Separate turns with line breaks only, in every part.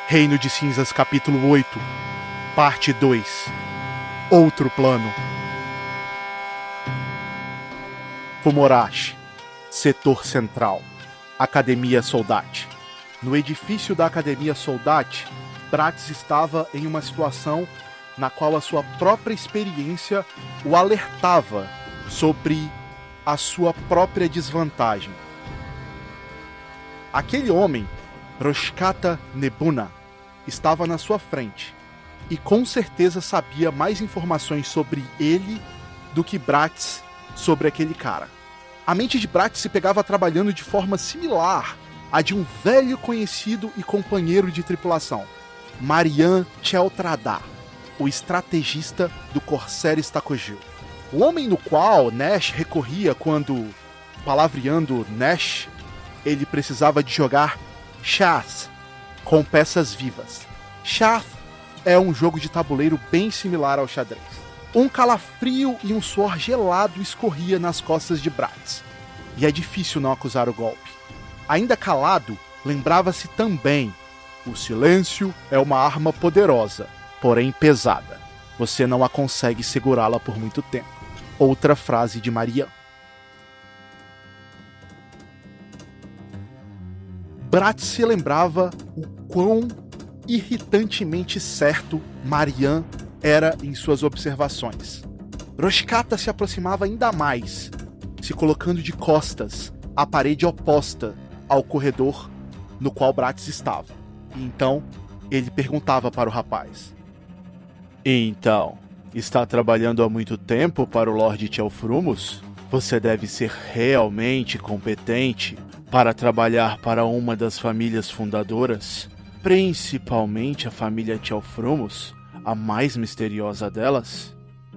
Reino de Cinzas, capítulo 8, parte 2. Outro plano. Fumorashi, setor central. Academia Soldati. No edifício da Academia Soldati, Bratz estava em uma situação na qual a sua própria experiência o alertava sobre a sua própria desvantagem. Aquele homem, Roshikata Nebuna, estava na sua frente e com certeza sabia mais informações sobre ele do que Bratz sobre aquele cara. A mente de Bratz se pegava trabalhando de forma similar à de um velho conhecido e companheiro de tripulação, Marian Cheltradar, o estrategista do Corsair Stakojil. O homem no qual Nash recorria quando, palavreando Nash, ele precisava de jogar Shaz com peças vivas. Shaz é um jogo de tabuleiro bem similar ao xadrez. Um calafrio e um suor gelado escorria nas costas de Bratz. E é difícil não acusar o golpe. Ainda calado, lembrava-se também: o silêncio é uma arma poderosa, porém pesada. Você não a consegue segurá-la por muito tempo. Outra frase de Marian. Bratz se lembrava o quão irritantemente certo Marian era em suas observações. Roshikata se aproximava ainda mais, se colocando de costas à parede oposta ao corredor no qual Bratz estava. E então, ele perguntava para o rapaz: "Então, está trabalhando há muito tempo para o Lord Chelfrumos? Você deve ser realmente competente para trabalhar para uma das famílias fundadoras, principalmente a família Chelfrumos, a mais misteriosa delas?"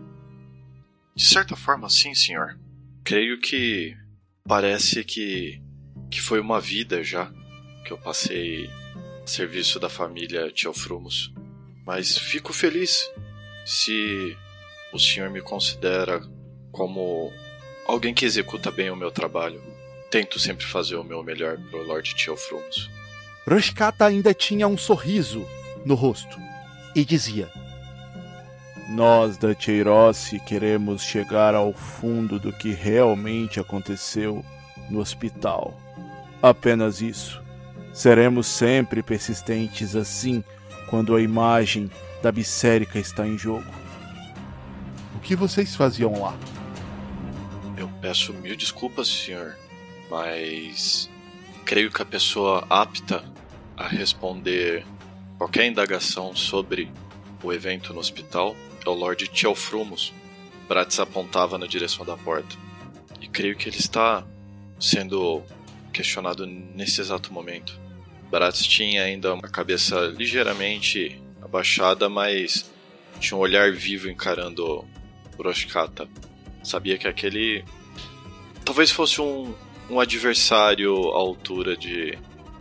De certa forma, sim, senhor. Creio que parece que foi uma vida já que eu passei a serviço da família Chelfrumos. Mas fico feliz se o senhor me considera como alguém que executa bem o meu trabalho. Tento sempre fazer o meu melhor pro Lord Chelfrumos.
Roshikata ainda tinha um sorriso no rosto e dizia: "Nós da Cheirosse queremos chegar ao fundo do que realmente aconteceu no hospital. Apenas isso. Seremos sempre persistentes assim quando a imagem da Bissérica está em jogo." "O que vocês faziam lá?"
Eu peço mil desculpas, senhor, mas creio que a pessoa apta a responder qualquer indagação sobre o evento no hospital é o Lord Chelfrumos. Bratz apontava na direção da porta. E creio que ele está sendo questionado nesse exato momento. Bratz tinha ainda uma cabeça ligeiramente abaixada, mas tinha um olhar vivo encarando o Roshikata. Sabia que aquele talvez fosse um adversário à altura de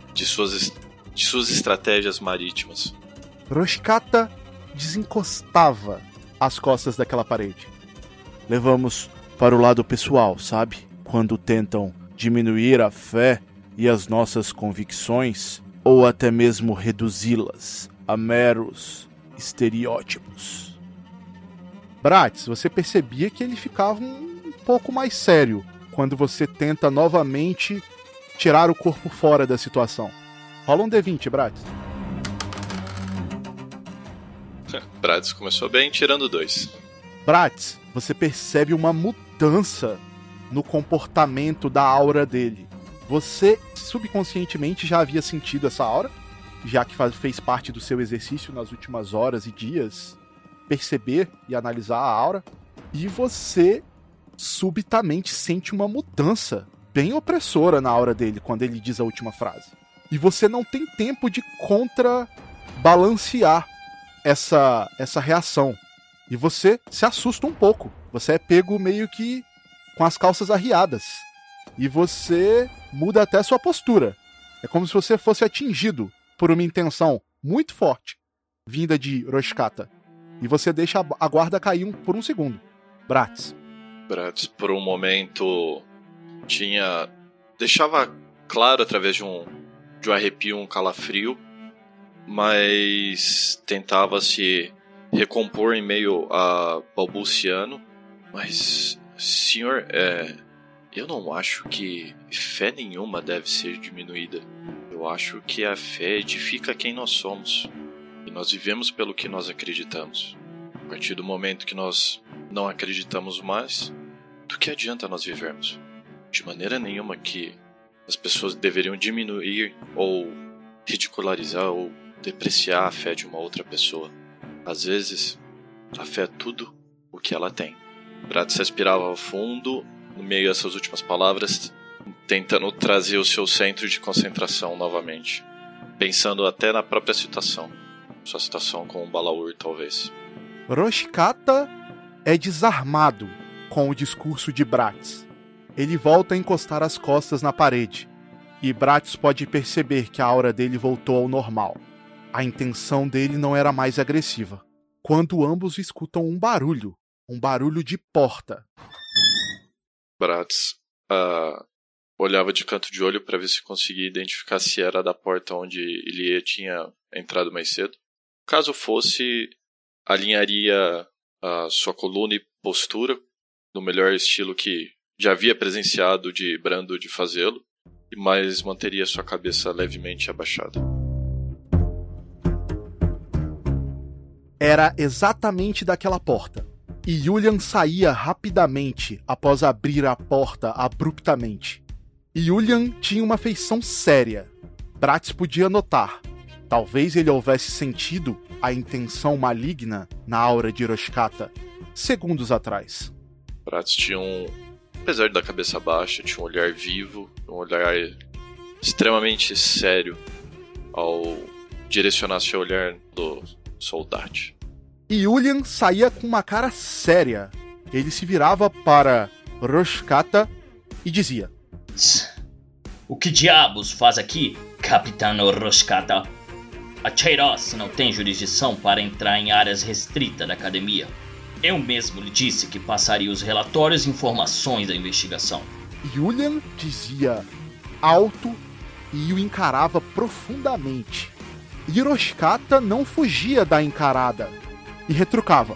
suas estratégias marítimas.
Roshikata desencostava as costas daquela parede. "Levamos para o lado pessoal, sabe? Quando tentam diminuir a fé e as nossas convicções, ou até mesmo reduzi-las a meros estereótipos." Bratz, você percebia que ele ficava um pouco mais sério quando você tenta novamente tirar o corpo fora da situação. Rola um D20, Bratz.
Bratz começou bem, tirando 2.
Bratz, você percebe uma mudança no comportamento da aura dele. Você subconscientemente já havia sentido essa aura, já que fez parte do seu exercício nas últimas horas e dias, perceber e analisar a aura, e você subitamente sente uma mudança bem opressora na aura dele quando ele diz a última frase. E você não tem tempo de contrabalancear essa reação. E você se assusta um pouco. Você é pego meio que com as calças arriadas. E você muda até sua postura. É como se você fosse atingido por uma intenção muito forte vinda de Roshikata. E você deixa a guarda cair por um segundo. Bratz,
por um momento, deixava claro através de um arrepio, um calafrio, mas tentava se recompor em meio a balbuciano. Mas, senhor, eu não acho que fé nenhuma deve ser diminuída. Eu acho que a fé edifica quem nós somos. E nós vivemos pelo que nós acreditamos. A partir do momento que nós não acreditamos mais, do que adianta nós vivermos? De maneira nenhuma que as pessoas deveriam diminuir ou ridicularizar ou depreciar a fé de uma outra pessoa. Às vezes, a fé é tudo o que ela tem. Bratz respirava ao fundo, no meio dessas últimas palavras, tentando trazer o seu centro de concentração novamente. Pensando até na própria situação. Sua situação com o Balaur, talvez.
Roshkata é desarmado com o discurso de Bratz. Ele volta a encostar as costas na parede. E Bratz pode perceber que a aura dele voltou ao normal. A intenção dele não era mais agressiva. Quando ambos escutam um barulho de porta.
Bratz olhava de canto de olho para ver se conseguia identificar se era da porta onde Ilie tinha entrado mais cedo. Caso fosse, alinharia a sua coluna e postura no melhor estilo que já havia presenciado de Brando de fazê-lo, mas manteria sua cabeça levemente abaixada.
Era exatamente daquela porta. E Julian saía rapidamente após abrir a porta abruptamente. E Julian tinha uma feição séria. Bratz podia notar. Talvez ele houvesse sentido a intenção maligna na aura de Roshkata segundos atrás.
Bratz tinha apesar da cabeça baixa, tinha um olhar vivo, um olhar extremamente sério ao direcionar seu olhar do soldado.
E Julian saía com uma cara séria. Ele se virava para Roshkata e dizia:
O que diabos faz aqui, Capitão Roshkata? A Cheiros não tem jurisdição para entrar em áreas restritas da academia. Eu mesmo lhe disse que passaria os relatórios e informações da investigação.
Julian dizia alto e o encarava profundamente. E Roshkata não fugia da encarada e retrucava: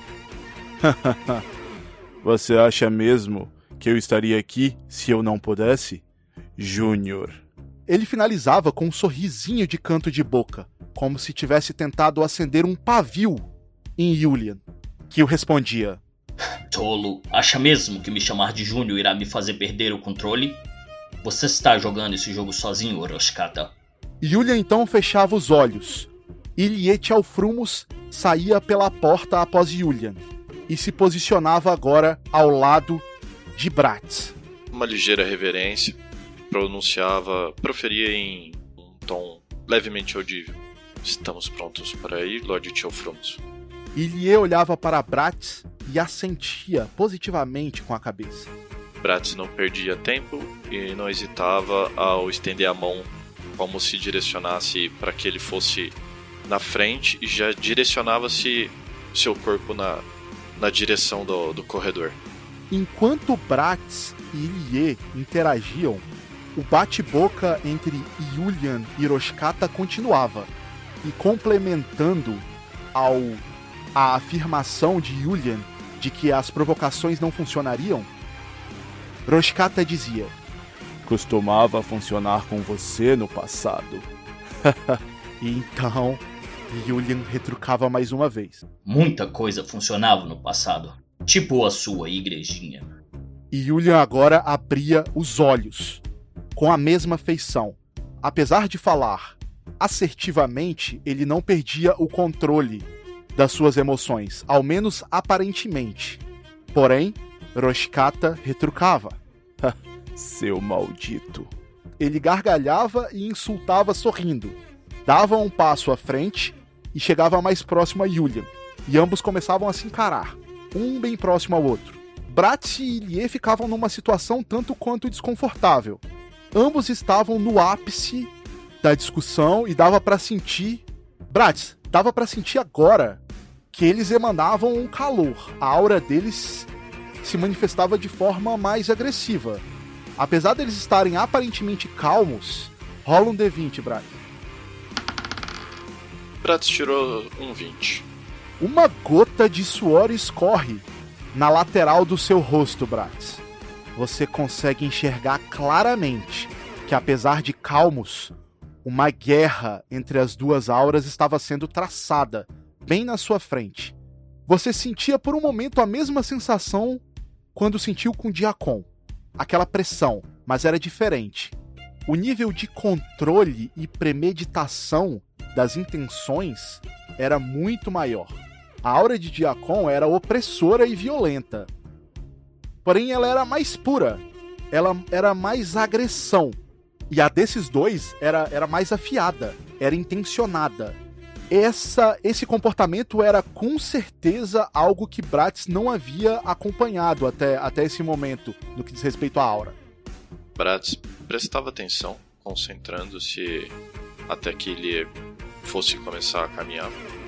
Você acha mesmo que eu estaria aqui se eu não pudesse? Júnior.
Ele finalizava com um sorrisinho de canto de boca, como se tivesse tentado acender um pavio em Julian, que o respondia:
Tolo, acha mesmo que me chamar de Júnior irá me fazer perder o controle? Você está jogando esse jogo sozinho, Roshkata.
Julian então fechava os olhos. Ilie Tchalfrumos saía pela porta após Julian e se posicionava agora ao lado de Bratz.
Uma ligeira reverência, proferia em um tom levemente audível: Estamos prontos para ir, Lord Tchalfrumos.
Ilie olhava para Bratz e assentia positivamente com a cabeça.
Bratz não perdia tempo e não hesitava ao estender a mão, como se direcionasse para que ele fosse na frente, e já direcionava-se seu corpo na direção do corredor.
Enquanto Bratz e Ilie interagiam, o bate-boca entre Julian e Roshkata continuava, e complementando a afirmação de Julian de que as provocações não funcionariam, Roshkata dizia:
Costumava funcionar com você no passado.
E então Julian retrucava mais uma vez:
Muita coisa funcionava no passado, tipo a sua igrejinha.
E Julian agora abria os olhos, com a mesma feição. Apesar de falar assertivamente, ele não perdia o controle das suas emoções, ao menos aparentemente. Porém, Roshkata retrucava:
Seu maldito.
Ele gargalhava e insultava sorrindo. Dava um passo à frente e chegava mais próximo a Julian, e ambos começavam a se encarar, um bem próximo ao outro. Bratz e Ilie ficavam numa situação tanto quanto desconfortável. Ambos estavam no ápice da discussão e dava pra sentir... Bratz, dava pra sentir agora que eles emanavam um calor. A aura deles se manifestava de forma mais agressiva. Apesar deles estarem aparentemente calmos, rola um D20, Bratz.
Bratz tirou um 20.
Uma gota de suor escorre na lateral do seu rosto, Bratz. Você consegue enxergar claramente que, apesar de calmos, uma guerra entre as duas auras estava sendo traçada bem na sua frente. Você sentia por um momento a mesma sensação quando sentiu com o Diacon. Aquela pressão, mas era diferente. O nível de controle e premeditação das intenções era muito maior. A aura de Diacon era opressora e violenta. Porém, ela era mais pura. Ela era mais agressão. E a desses dois era mais afiada. Era intencionada. Esse comportamento era com certeza algo que Bratz não havia acompanhado até esse momento, no que diz respeito à aura.
Bratz prestava atenção, concentrando-se até que ele fosse começar a caminhar.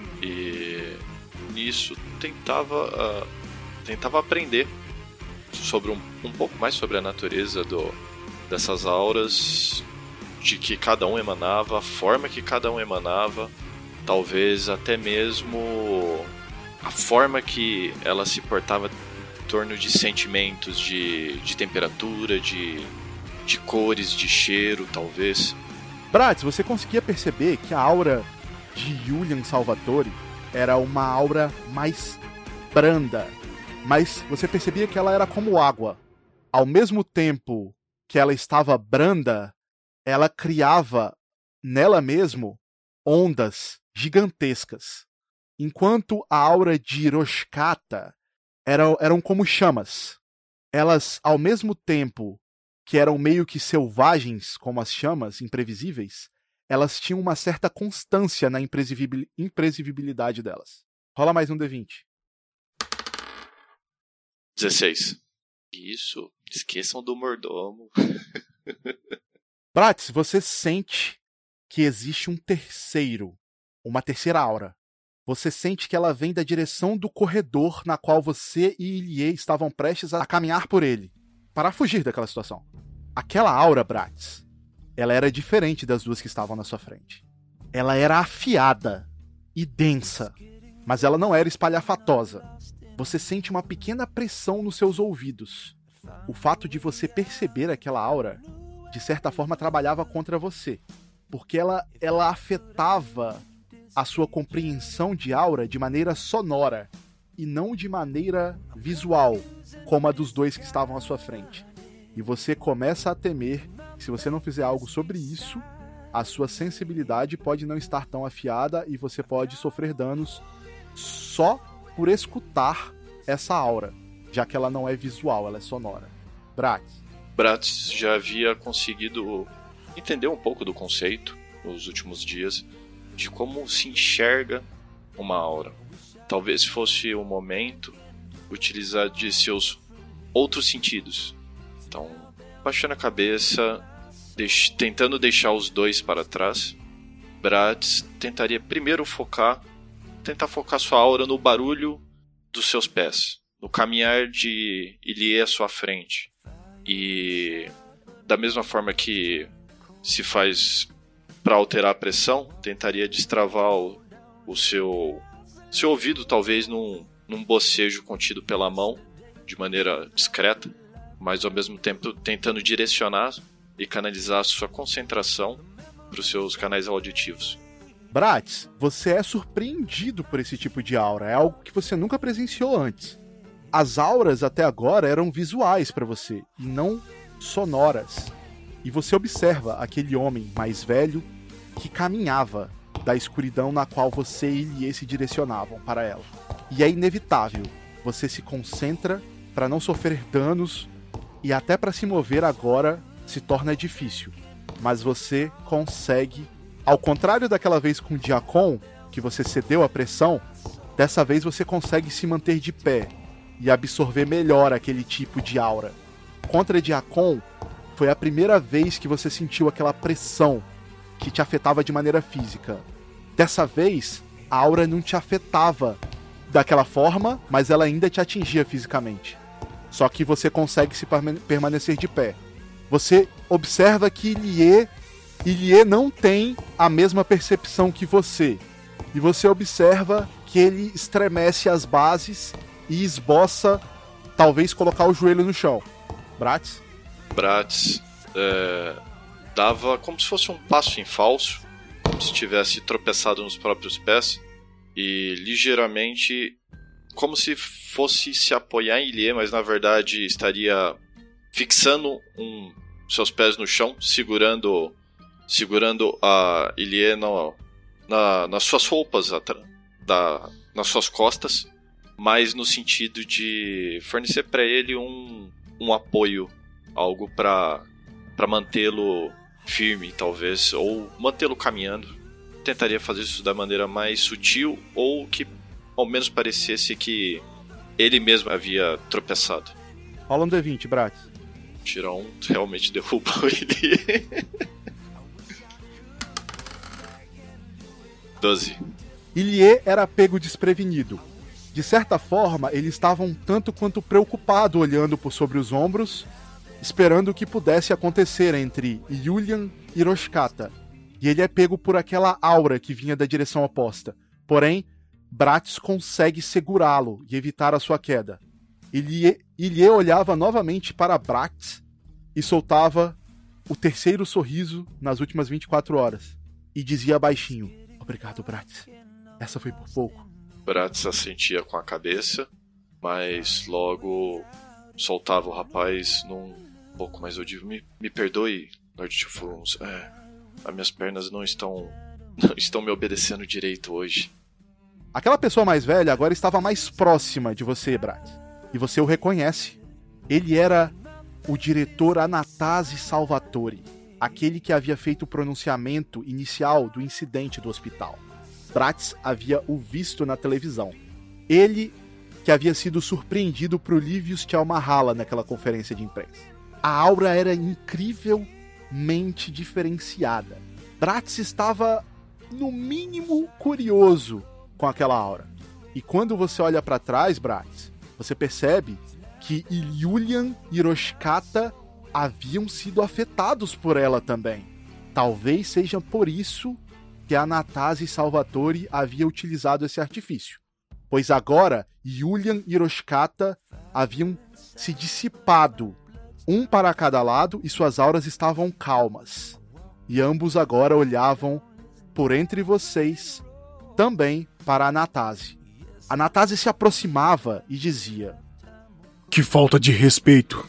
E nisso tentava aprender sobre um pouco mais sobre a natureza dessas auras, de que cada um emanava, a forma que cada um emanava, talvez até mesmo a forma que ela se portava em torno de sentimentos, de temperatura, de cores, de cheiro, talvez.
Bratz, você conseguia perceber que a aura de Julian Salvatore era uma aura mais branda, mas você percebia que ela era como água. Ao mesmo tempo que ela estava branda, ela criava nela mesmo ondas gigantescas. Enquanto a aura de Roshkata eram como chamas. Elas, ao mesmo tempo que eram meio que selvagens, como as chamas, imprevisíveis, elas tinham uma certa constância na imprevisibilidade delas. Rola mais um D20.
16. Isso, esqueçam do mordomo.
Bratz, você sente que existe uma terceira aura. Você sente que ela vem da direção do corredor na qual você e Ilie estavam prestes a caminhar por ele, para fugir daquela situação. Aquela aura, Bratz, ela era diferente das duas que estavam na sua frente. Ela era afiada e densa, mas ela não era espalhafatosa. Você sente uma pequena pressão nos seus ouvidos. O fato de você perceber aquela aura, de certa forma, trabalhava contra você, porque ela afetava a sua compreensão de aura de maneira sonora e não de maneira visual, como a dos dois que estavam à sua frente. E você começa a temer que, se você não fizer algo sobre isso, a sua sensibilidade pode não estar tão afiada e você pode sofrer danos só por escutar essa aura, já que ela não é visual, ela é sonora.
Bratz já havia conseguido entender um pouco do conceito nos últimos dias de como se enxerga uma aura. Talvez fosse o momento utilizar de seus outros sentidos. Então, baixando a cabeça, tentando deixar os dois para trás, Bratz tentaria primeiro tentar focar sua aura no barulho dos seus pés, no caminhar de Ilie à sua frente. E da mesma forma que se faz para alterar a pressão, tentaria destravar o seu ouvido, talvez num bocejo contido pela mão, de maneira discreta, mas ao mesmo tempo tentando direcionar e canalizar a sua concentração para os seus canais auditivos.
Bratz, você é surpreendido por esse tipo de aura, é algo que você nunca presenciou antes. As auras até agora eram visuais para você, e não sonoras. E você observa aquele homem mais velho que caminhava da escuridão na qual você e Ilie se direcionavam para ela. E é inevitável, você se concentra para não sofrer danos e até para se mover agora se torna difícil. Mas você consegue, ao contrário daquela vez com o Diacon, que você cedeu à pressão, dessa vez você consegue se manter de pé e absorver melhor aquele tipo de aura. Contra Diacon, foi a primeira vez que você sentiu aquela pressão que te afetava de maneira física. Dessa vez, a aura não te afetava daquela forma, mas ela ainda te atingia fisicamente. Só que você consegue se permanecer de pé. Você observa que Ilie não tem a mesma percepção que você. e você observa que ele estremece as bases e esboça talvez colocar o joelho no chão. Bratz?
Bratz dava como se fosse um passo em falso, como se tivesse tropeçado nos próprios pés e ligeiramente como se fosse se apoiar em Ilie, mas na verdade estaria fixando seus pés no chão, segurando a Ilie nas suas roupas, nas suas costas, mas no sentido de fornecer para ele um apoio, algo para mantê-lo firme, talvez, ou mantê-lo caminhando. Tentaria fazer isso da maneira mais sutil, ou que ao menos parecesse que ele mesmo havia tropeçado.
Rola um D20, Bratz.
Tirar um realmente derruba ele. 12.
Ilie era pego desprevenido. De certa forma, ele estava um tanto quanto preocupado olhando por sobre os ombros, esperando o que pudesse acontecer entre Julian e Roshkata. E ele é pego por aquela aura que vinha da direção oposta. Porém, Bratz consegue segurá-lo e evitar a sua queda. Ilie olhava novamente para Bratz e soltava o terceiro sorriso nas últimas 24 horas. E dizia baixinho: "Obrigado, Bratz. Essa foi por pouco."
Bratz assentia com a cabeça, mas logo soltava o rapaz num pouco mais audível. Me perdoe, Lord Tilfurmus. As minhas pernas não estão me obedecendo direito hoje.
Aquela pessoa mais velha agora estava mais próxima de você, Bratz. E você o reconhece. Ele era o diretor Anastasi Salvatore, aquele que havia feito o pronunciamento inicial do incidente do hospital. Bratz havia o visto na televisão. Ele que havia sido surpreendido por Livius Tjalmahala naquela conferência de imprensa. A aura era incrivelmente diferenciada. Bratz estava, no mínimo, curioso com aquela aura. E quando você olha para trás, Bratz, você percebe que Julian e Roshkata haviam sido afetados por ela também. Talvez seja por isso que a Anastasi Salvatore havia utilizado esse artifício. Pois agora, Julian e Roshkata haviam se dissipado, um para cada lado, e suas auras estavam calmas. E ambos agora olhavam por entre vocês, também para a Anastasi. A Anastasi se aproximava e dizia:
"Que falta de respeito!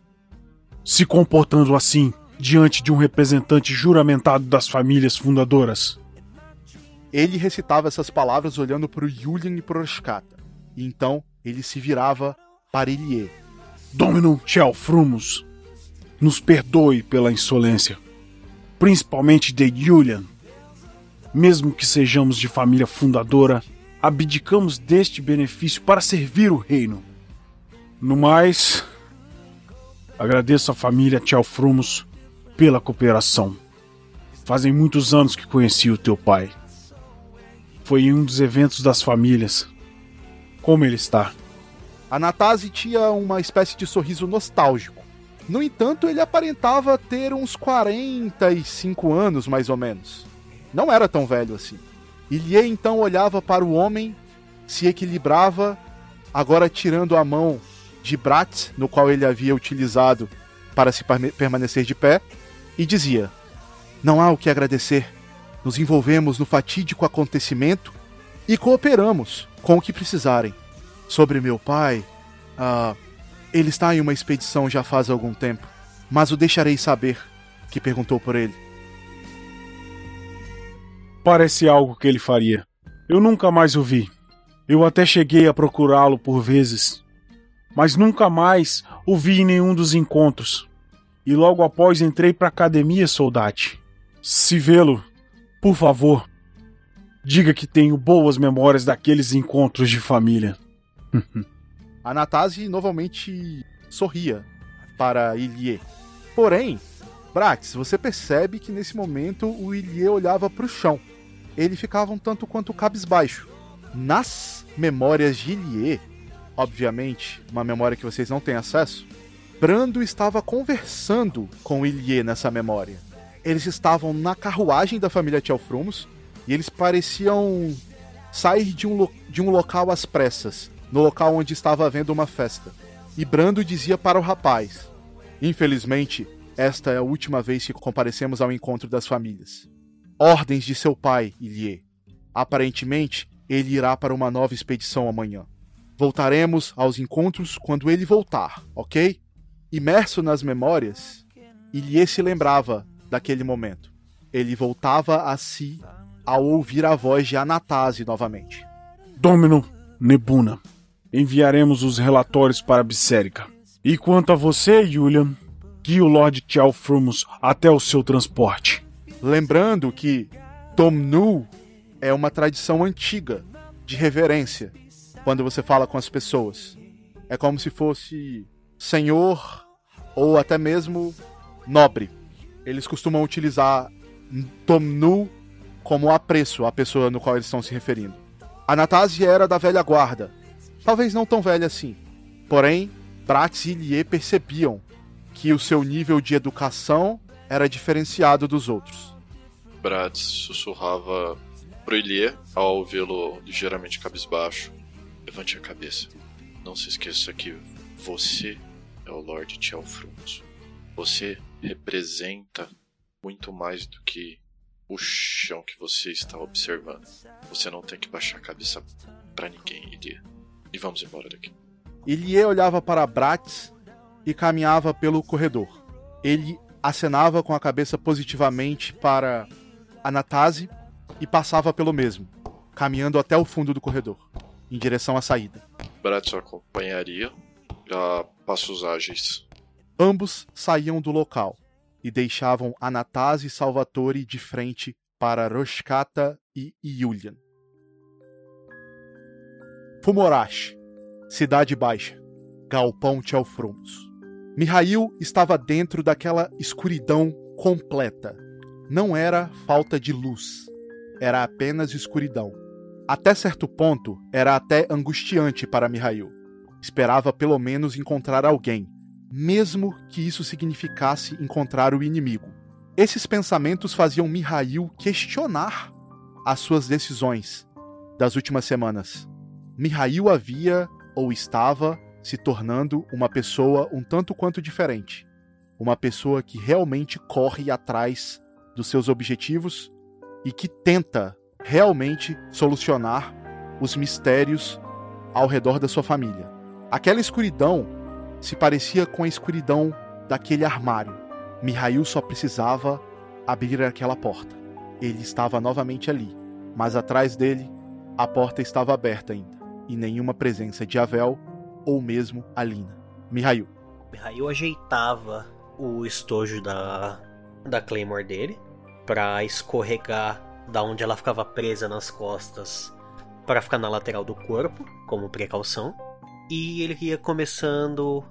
Se comportando assim diante de um representante juramentado das famílias fundadoras."
Ele recitava essas palavras olhando para o Julian e para o Roshkata. E então ele se virava para Ilie.
"Dominum Tjalfrumus, nos perdoe pela insolência, principalmente de Julian. Mesmo que sejamos de família fundadora, abdicamos deste benefício para servir o reino. No mais, agradeço à família Tjalfrumus pela cooperação. Fazem muitos anos que conheci o teu pai. Foi em um dos eventos das famílias. Como ele está?"
A Anastasi tinha uma espécie de sorriso nostálgico. No entanto, ele aparentava ter uns 45 anos, mais ou menos. Não era tão velho assim. Ilie então olhava para o homem, se equilibrava, agora tirando a mão de Bratz, no qual ele havia utilizado para se permanecer de pé, e dizia: "Não há o que agradecer. Nos envolvemos no fatídico acontecimento e cooperamos com o que precisarem. Sobre meu pai, ele está em uma expedição já faz algum tempo, mas o deixarei saber que perguntou por ele."
"Parece algo que ele faria. Eu nunca mais o vi. Eu até cheguei a procurá-lo por vezes, mas nunca mais o vi em nenhum dos encontros. E logo após entrei para a academia, soldate. Se vê-lo, por favor, diga que tenho boas memórias daqueles encontros de família."
A Anastasi novamente sorria para Ilie. Porém, Bratz, você percebe que nesse momento o Ilie olhava para o chão. Ele ficava um tanto quanto cabisbaixo. Nas memórias de Ilie, obviamente, uma memória que vocês não têm acesso, Brando estava conversando com Ilie nessa memória. Eles estavam na carruagem da família Tjalfrumus e eles pareciam sair de um local às pressas, no local onde estava havendo uma festa. E Brando dizia para o rapaz: infelizmente, esta é a última vez que comparecemos ao encontro das famílias. Ordens de seu pai, Ilie. Aparentemente, ele irá para uma nova expedição amanhã. Voltaremos aos encontros quando ele voltar, ok? Imerso nas memórias, Ilie se lembrava daquele momento. Ele voltava a si ao ouvir a voz de Anatase novamente.
Domino Nebuna, enviaremos os relatórios para Bissérica. E quanto a você, Julian, guie o Lord Tchelfrumus até o seu transporte.
Lembrando que Tomnu é uma tradição antiga de reverência quando você fala com as pessoas. É como se fosse senhor ou até mesmo nobre. Eles costumam utilizar Tomnu como apreço à pessoa no qual eles estão se referindo. Anatase era da velha guarda, talvez não tão velha assim. Porém, Bratz e Ilie percebiam que o seu nível de educação era diferenciado dos outros.
Bratz sussurrava pro Ilie ao vê-lo ligeiramente cabisbaixo: levante a cabeça. Não se esqueça que você é o Lord Tchelfrumus. Você representa muito mais do que o chão que você está observando. Você não tem que baixar a cabeça pra ninguém, Ilie. E vamos embora daqui.
Ilie olhava para Bratz e caminhava pelo corredor. Ele acenava com a cabeça positivamente para Anatase e passava pelo mesmo, caminhando até o fundo do corredor, em direção à saída.
Bratz o acompanharia a passos ágeis.
Ambos saíam do local e deixavam Anatase e Salvatore de frente para Roshkata e Julian. Fumorash, Cidade Baixa, Galpão Tchelfrumus. Mihail estava dentro daquela escuridão completa. Não era falta de luz, era apenas escuridão. Até certo ponto, era até angustiante para Mihail. Esperava pelo menos encontrar alguém, mesmo que isso significasse encontrar o inimigo. Esses pensamentos faziam Mihail questionar as suas decisões das últimas semanas. Mihail havia, ou estava, se tornando uma pessoa um tanto quanto diferente. Uma pessoa que realmente corre atrás dos seus objetivos e que tenta realmente solucionar os mistérios ao redor da sua família. Aquela escuridão se parecia com a escuridão daquele armário. Mihail só precisava abrir aquela porta. Ele estava novamente ali, mas atrás dele, a porta estava aberta ainda, e nenhuma presença de Avel ou mesmo Alina. Mihail
ajeitava o estojo da Claymore dele para escorregar da onde ela ficava presa nas costas para ficar na lateral do corpo, como precaução. E ele ia começando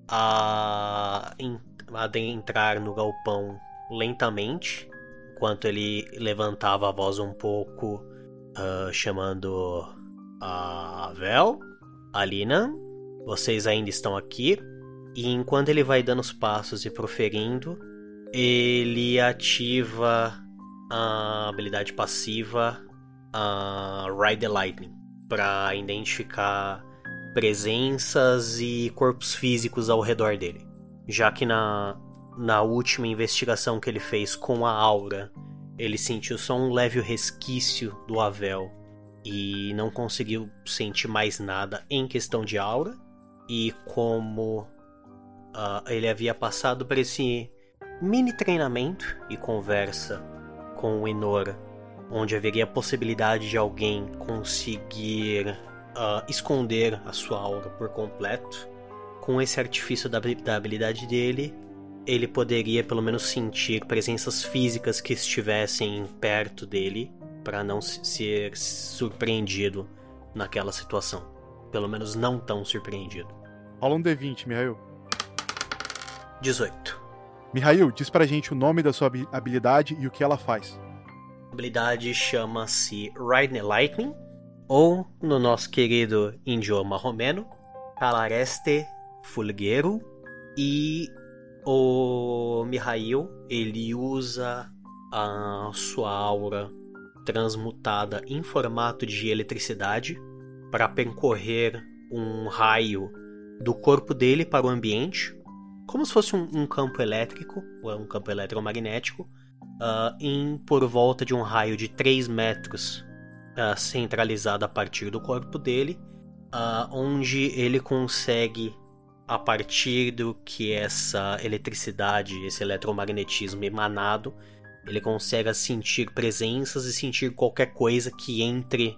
a adentrar no galpão lentamente, enquanto ele levantava a voz um pouco, chamando a Vel, Alina, vocês ainda estão aqui. E enquanto ele vai dando os passos e proferindo, ele ativa a habilidade passiva, a Ride the Lightning, para identificar presenças e corpos físicos ao redor dele. Já que na última investigação que ele fez com a aura, ele sentiu só um leve resquício do Avel e não conseguiu sentir mais nada em questão de aura. E como ele havia passado por esse mini treinamento e conversa com o Enor, onde haveria a possibilidade de alguém conseguir esconder a sua aura por completo, com esse artifício da habilidade dele, ele poderia pelo menos sentir presenças físicas que estivessem perto dele, para não ser surpreendido naquela situação. Pelo menos não tão surpreendido.
Rola um D20, Mihail.
18.
Mihail, diz pra gente o nome da sua habilidade e o que ela faz.
A habilidade chama-se Ride the Lightning, ou, no nosso querido idioma romeno, Calareste Fulguero. E o Mihail, ele usa a sua aura transmutada em formato de eletricidade para percorrer um raio do corpo dele para o ambiente, como se fosse um campo elétrico, ou um campo eletromagnético, em por volta de um raio de 3 metros, centralizado a partir do corpo dele, onde ele consegue, a partir do que essa eletricidade, esse eletromagnetismo emanado, ele consegue sentir presenças e sentir qualquer coisa que entre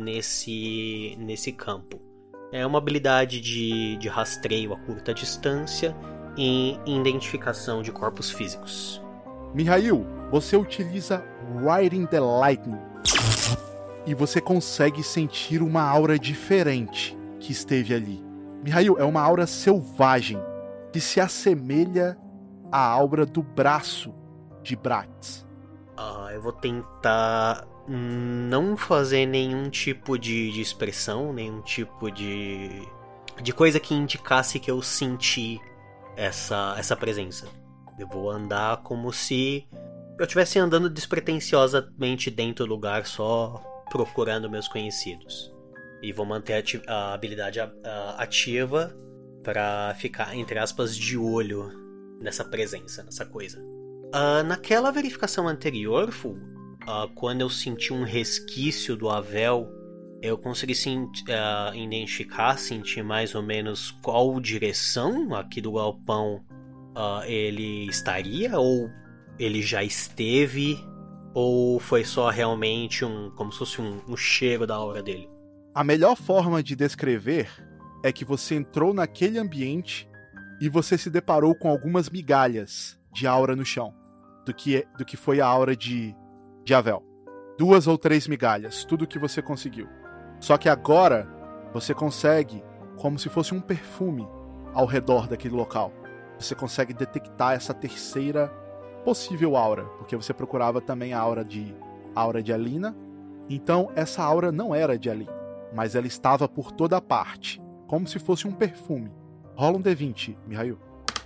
nesse campo. É uma habilidade de rastreio a curta distância e identificação de corpos físicos.
Mihail, você utiliza Riding the Lightning e você consegue sentir uma aura diferente que esteve ali. Mihail, é uma aura selvagem que se assemelha à aura do braço de Brax.
Eu vou tentar não fazer nenhum tipo de expressão, nenhum tipo de coisa que indicasse que eu senti essa presença. Eu vou andar como se eu estivesse andando despretensiosamente dentro do lugar, só procurando meus conhecidos. E vou manter a habilidade ativa para ficar, entre aspas, de olho nessa presença, nessa coisa. Naquela verificação anterior, Fu, quando eu senti um resquício do Avel, eu consegui identificar, sentir mais ou menos qual direção aqui do galpão ele estaria, ou ele já esteve, ou foi só realmente como se fosse um cheiro da aura dele.
A melhor forma de descrever é que você entrou naquele ambiente e você se deparou com algumas migalhas de aura no chão, do que foi a aura de Avel. 2 ou 3 migalhas, tudo que você conseguiu. Só que agora você consegue, como se fosse um perfume ao redor daquele local. Você consegue detectar essa terceira possível aura, porque você procurava também a aura de Alina. Então essa aura não era de Alina, mas ela estava por toda parte, como se fosse um perfume. Rola um D20, Mihail.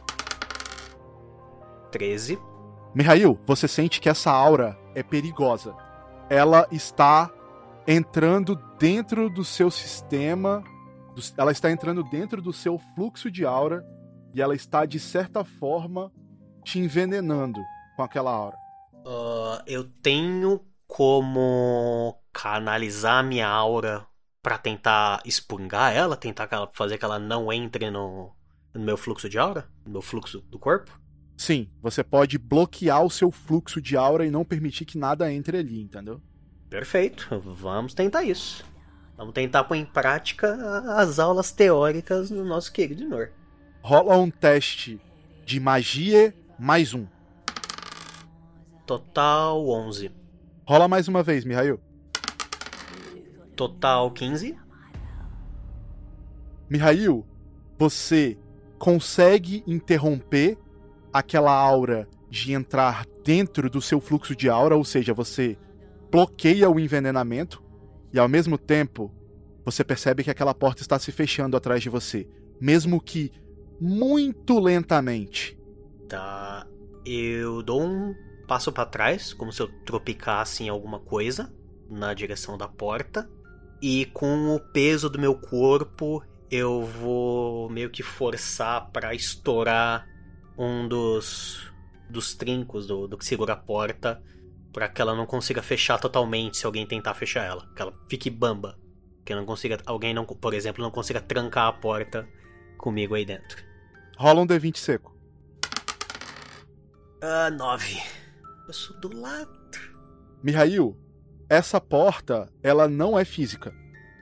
13.
Mihail, você sente que essa aura é perigosa. Ela está entrando dentro do seu sistema, ela está entrando dentro do seu fluxo de aura e ela está, de certa forma, te envenenando com aquela aura.
Eu tenho como canalizar minha aura pra tentar expurgar ela, tentar fazer que ela não entre no meu fluxo de aura, no meu fluxo do corpo?
Sim, você pode bloquear o seu fluxo de aura e não permitir que nada entre ali, entendeu?
Perfeito, vamos tentar isso. Vamos tentar pôr em prática as aulas teóricas do nosso querido Nor.
Rola um teste de magia mais 1.
Total 11.
Rola mais uma vez, Mihail.
Total 15.
Mihail, você consegue interromper aquela aura de entrar dentro do seu fluxo de aura, ou seja, você bloqueia o envenenamento e ao mesmo tempo você percebe que aquela porta está se fechando atrás de você, mesmo que muito lentamente.
Tá, eu dou um passo para trás, como se eu tropicasse em alguma coisa na direção da porta, e com o peso do meu corpo eu vou meio que forçar para estourar um dos trincos do que segura a porta, para que ela não consiga fechar totalmente se alguém tentar fechar ela, que ela fique bamba, que alguém não, por exemplo, não consiga trancar a porta comigo aí dentro.
Rola um D20 seco.
9. Eu sou do lado.
Mihail, essa porta, ela não é física.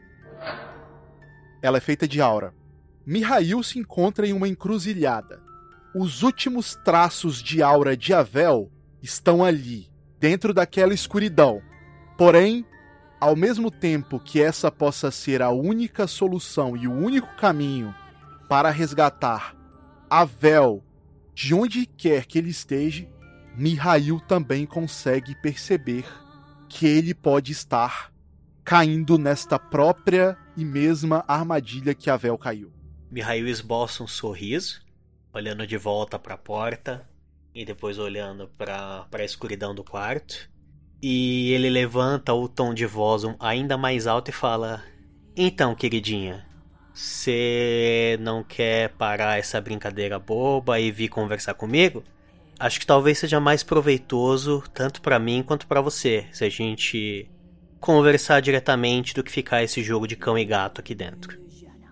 Ela é feita de aura. Mihail se encontra em uma encruzilhada. Os últimos traços de aura de Avel estão ali, dentro daquela escuridão. Porém, ao mesmo tempo que essa possa ser a única solução e o único caminho para resgatar Avel de onde quer que ele esteja, Mihail também consegue perceber que ele pode estar caindo nesta própria e mesma armadilha que Avel caiu.
Mihail esboça um sorriso, olhando de volta para a porta e depois olhando para a escuridão do quarto. E ele levanta o tom de voz ainda mais alto e fala: então, queridinha, você não quer parar essa brincadeira boba e vir conversar comigo? Acho que talvez seja mais proveitoso, tanto pra mim quanto pra você, se a gente conversar diretamente do que ficar esse jogo de cão e gato aqui dentro.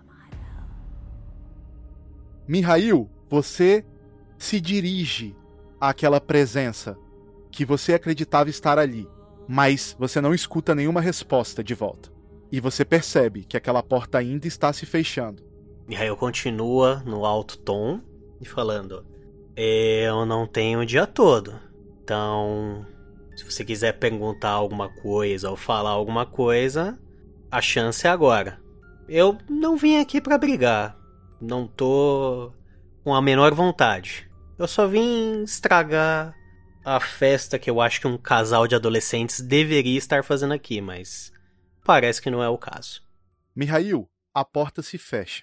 Mihail, você se dirige àquela presença que você acreditava estar ali, mas você não escuta nenhuma resposta de volta. E você percebe que aquela porta ainda está se fechando.
Mihail continua no alto tom e falando: eu não tenho o dia todo, então se você quiser perguntar alguma coisa ou falar alguma coisa, a chance é agora. Eu não vim aqui pra brigar, não tô com a menor vontade. Eu só vim estragar a festa que eu acho que um casal de adolescentes deveria estar fazendo aqui, mas parece que não é o caso.
Mihail, a porta se fecha.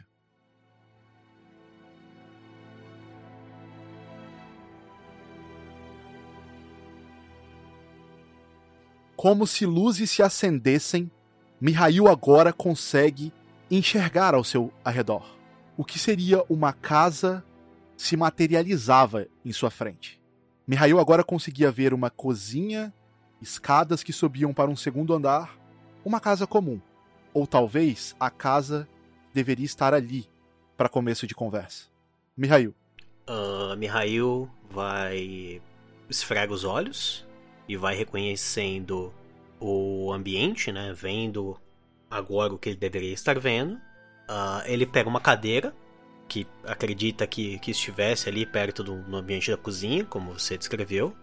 Como se luzes se acendessem, Mihail agora consegue enxergar ao seu arredor. O que seria uma casa se materializava em sua frente. Mihail agora conseguia ver uma cozinha, escadas que subiam para um segundo andar, uma casa comum. Ou talvez a casa deveria estar ali para começo de conversa. Mihail.
Mihail vai esfrega os olhos e vai reconhecendo o ambiente, né? Vendo agora o que ele deveria estar vendo. Ele pega uma cadeira que acredita que estivesse ali perto no ambiente da cozinha, como você descreveu.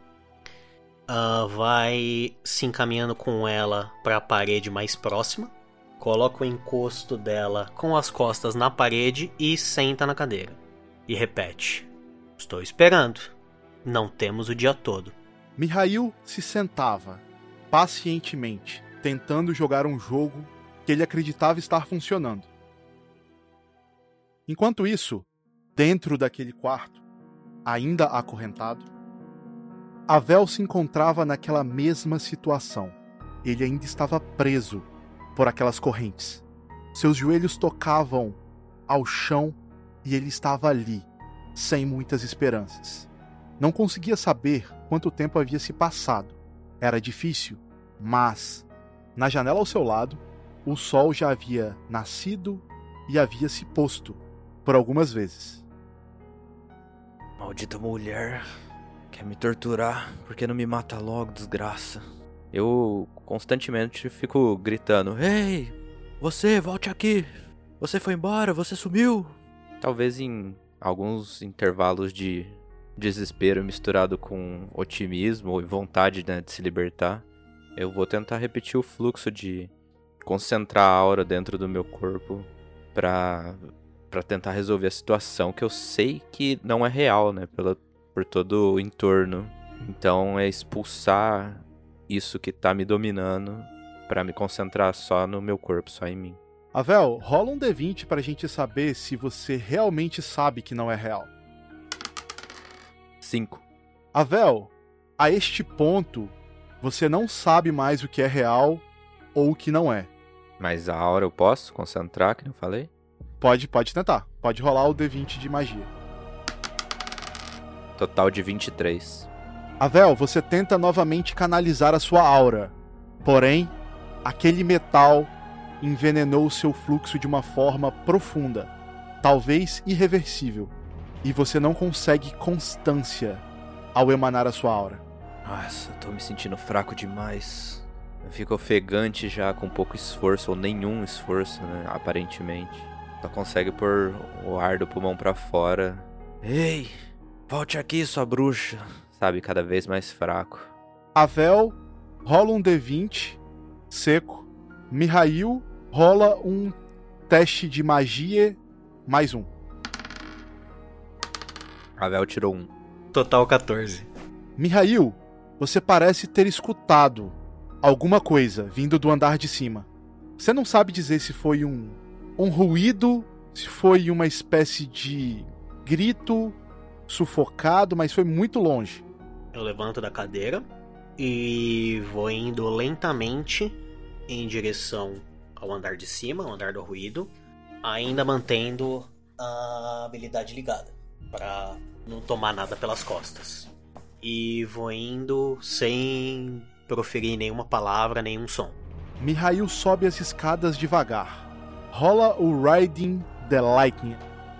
Vai se encaminhando com ela para a parede mais próxima. Coloca o encosto dela com as costas na parede e senta na cadeira. E repete: estou esperando. Não temos o dia todo.
Mihail se sentava, pacientemente, tentando jogar um jogo que ele acreditava estar funcionando. Enquanto isso, dentro daquele quarto, ainda acorrentado, Avel se encontrava naquela mesma situação. Ele ainda estava preso por aquelas correntes. Seus joelhos tocavam ao chão e ele estava ali, sem muitas esperanças. Não conseguia saber quanto tempo havia se passado. Era difícil, mas, na janela ao seu lado, o sol já havia nascido e havia se posto por algumas vezes.
Maldita mulher. Quer me torturar? Por que não me mata logo, desgraça? Eu constantemente fico gritando: ei, você, volte aqui! Você foi embora, você sumiu! Talvez em alguns intervalos de desespero misturado com otimismo e vontade, né, de se libertar, eu vou tentar repetir o fluxo de concentrar a aura dentro do meu corpo pra tentar resolver a situação que eu sei que não é real, né, por todo o entorno. Então é expulsar isso que tá me dominando pra me concentrar só no meu corpo, só em mim.
Avel, rola um D20 pra gente saber se você realmente sabe que não é real.
5.
Avel, a este ponto, você não sabe mais o que é real ou o que não é.
Mas a aura eu posso concentrar, que não falei?
Pode tentar. Pode rolar o D20 de magia.
Total de 23.
Avel, você tenta novamente canalizar a sua aura. Porém, aquele metal envenenou o seu fluxo de uma forma profunda, talvez irreversível, e você não consegue constância ao emanar a sua aura.
Nossa, eu tô me sentindo fraco demais. Eu fico ofegante já com pouco esforço, ou nenhum esforço, né, aparentemente. Só consegue pôr o ar do pulmão pra fora. Ei, volte aqui, sua bruxa. Sabe, cada vez mais fraco.
Avel rola um D20 seco. Mihail rola um teste de magia mais um.
Avel tirou 1.
Total 14.
Mihail, você parece ter escutado alguma coisa vindo do andar de cima. Você não sabe dizer se foi um ruído, se foi uma espécie de grito sufocado, mas foi muito longe.
Eu levanto da cadeira e vou indo lentamente em direção ao andar de cima, ao andar do ruído, ainda mantendo a habilidade ligada, pra não tomar nada pelas costas. E vou indo sem proferir nenhuma palavra, nenhum som.
Mihail sobe as escadas devagar. Rola o Riding the Lightning.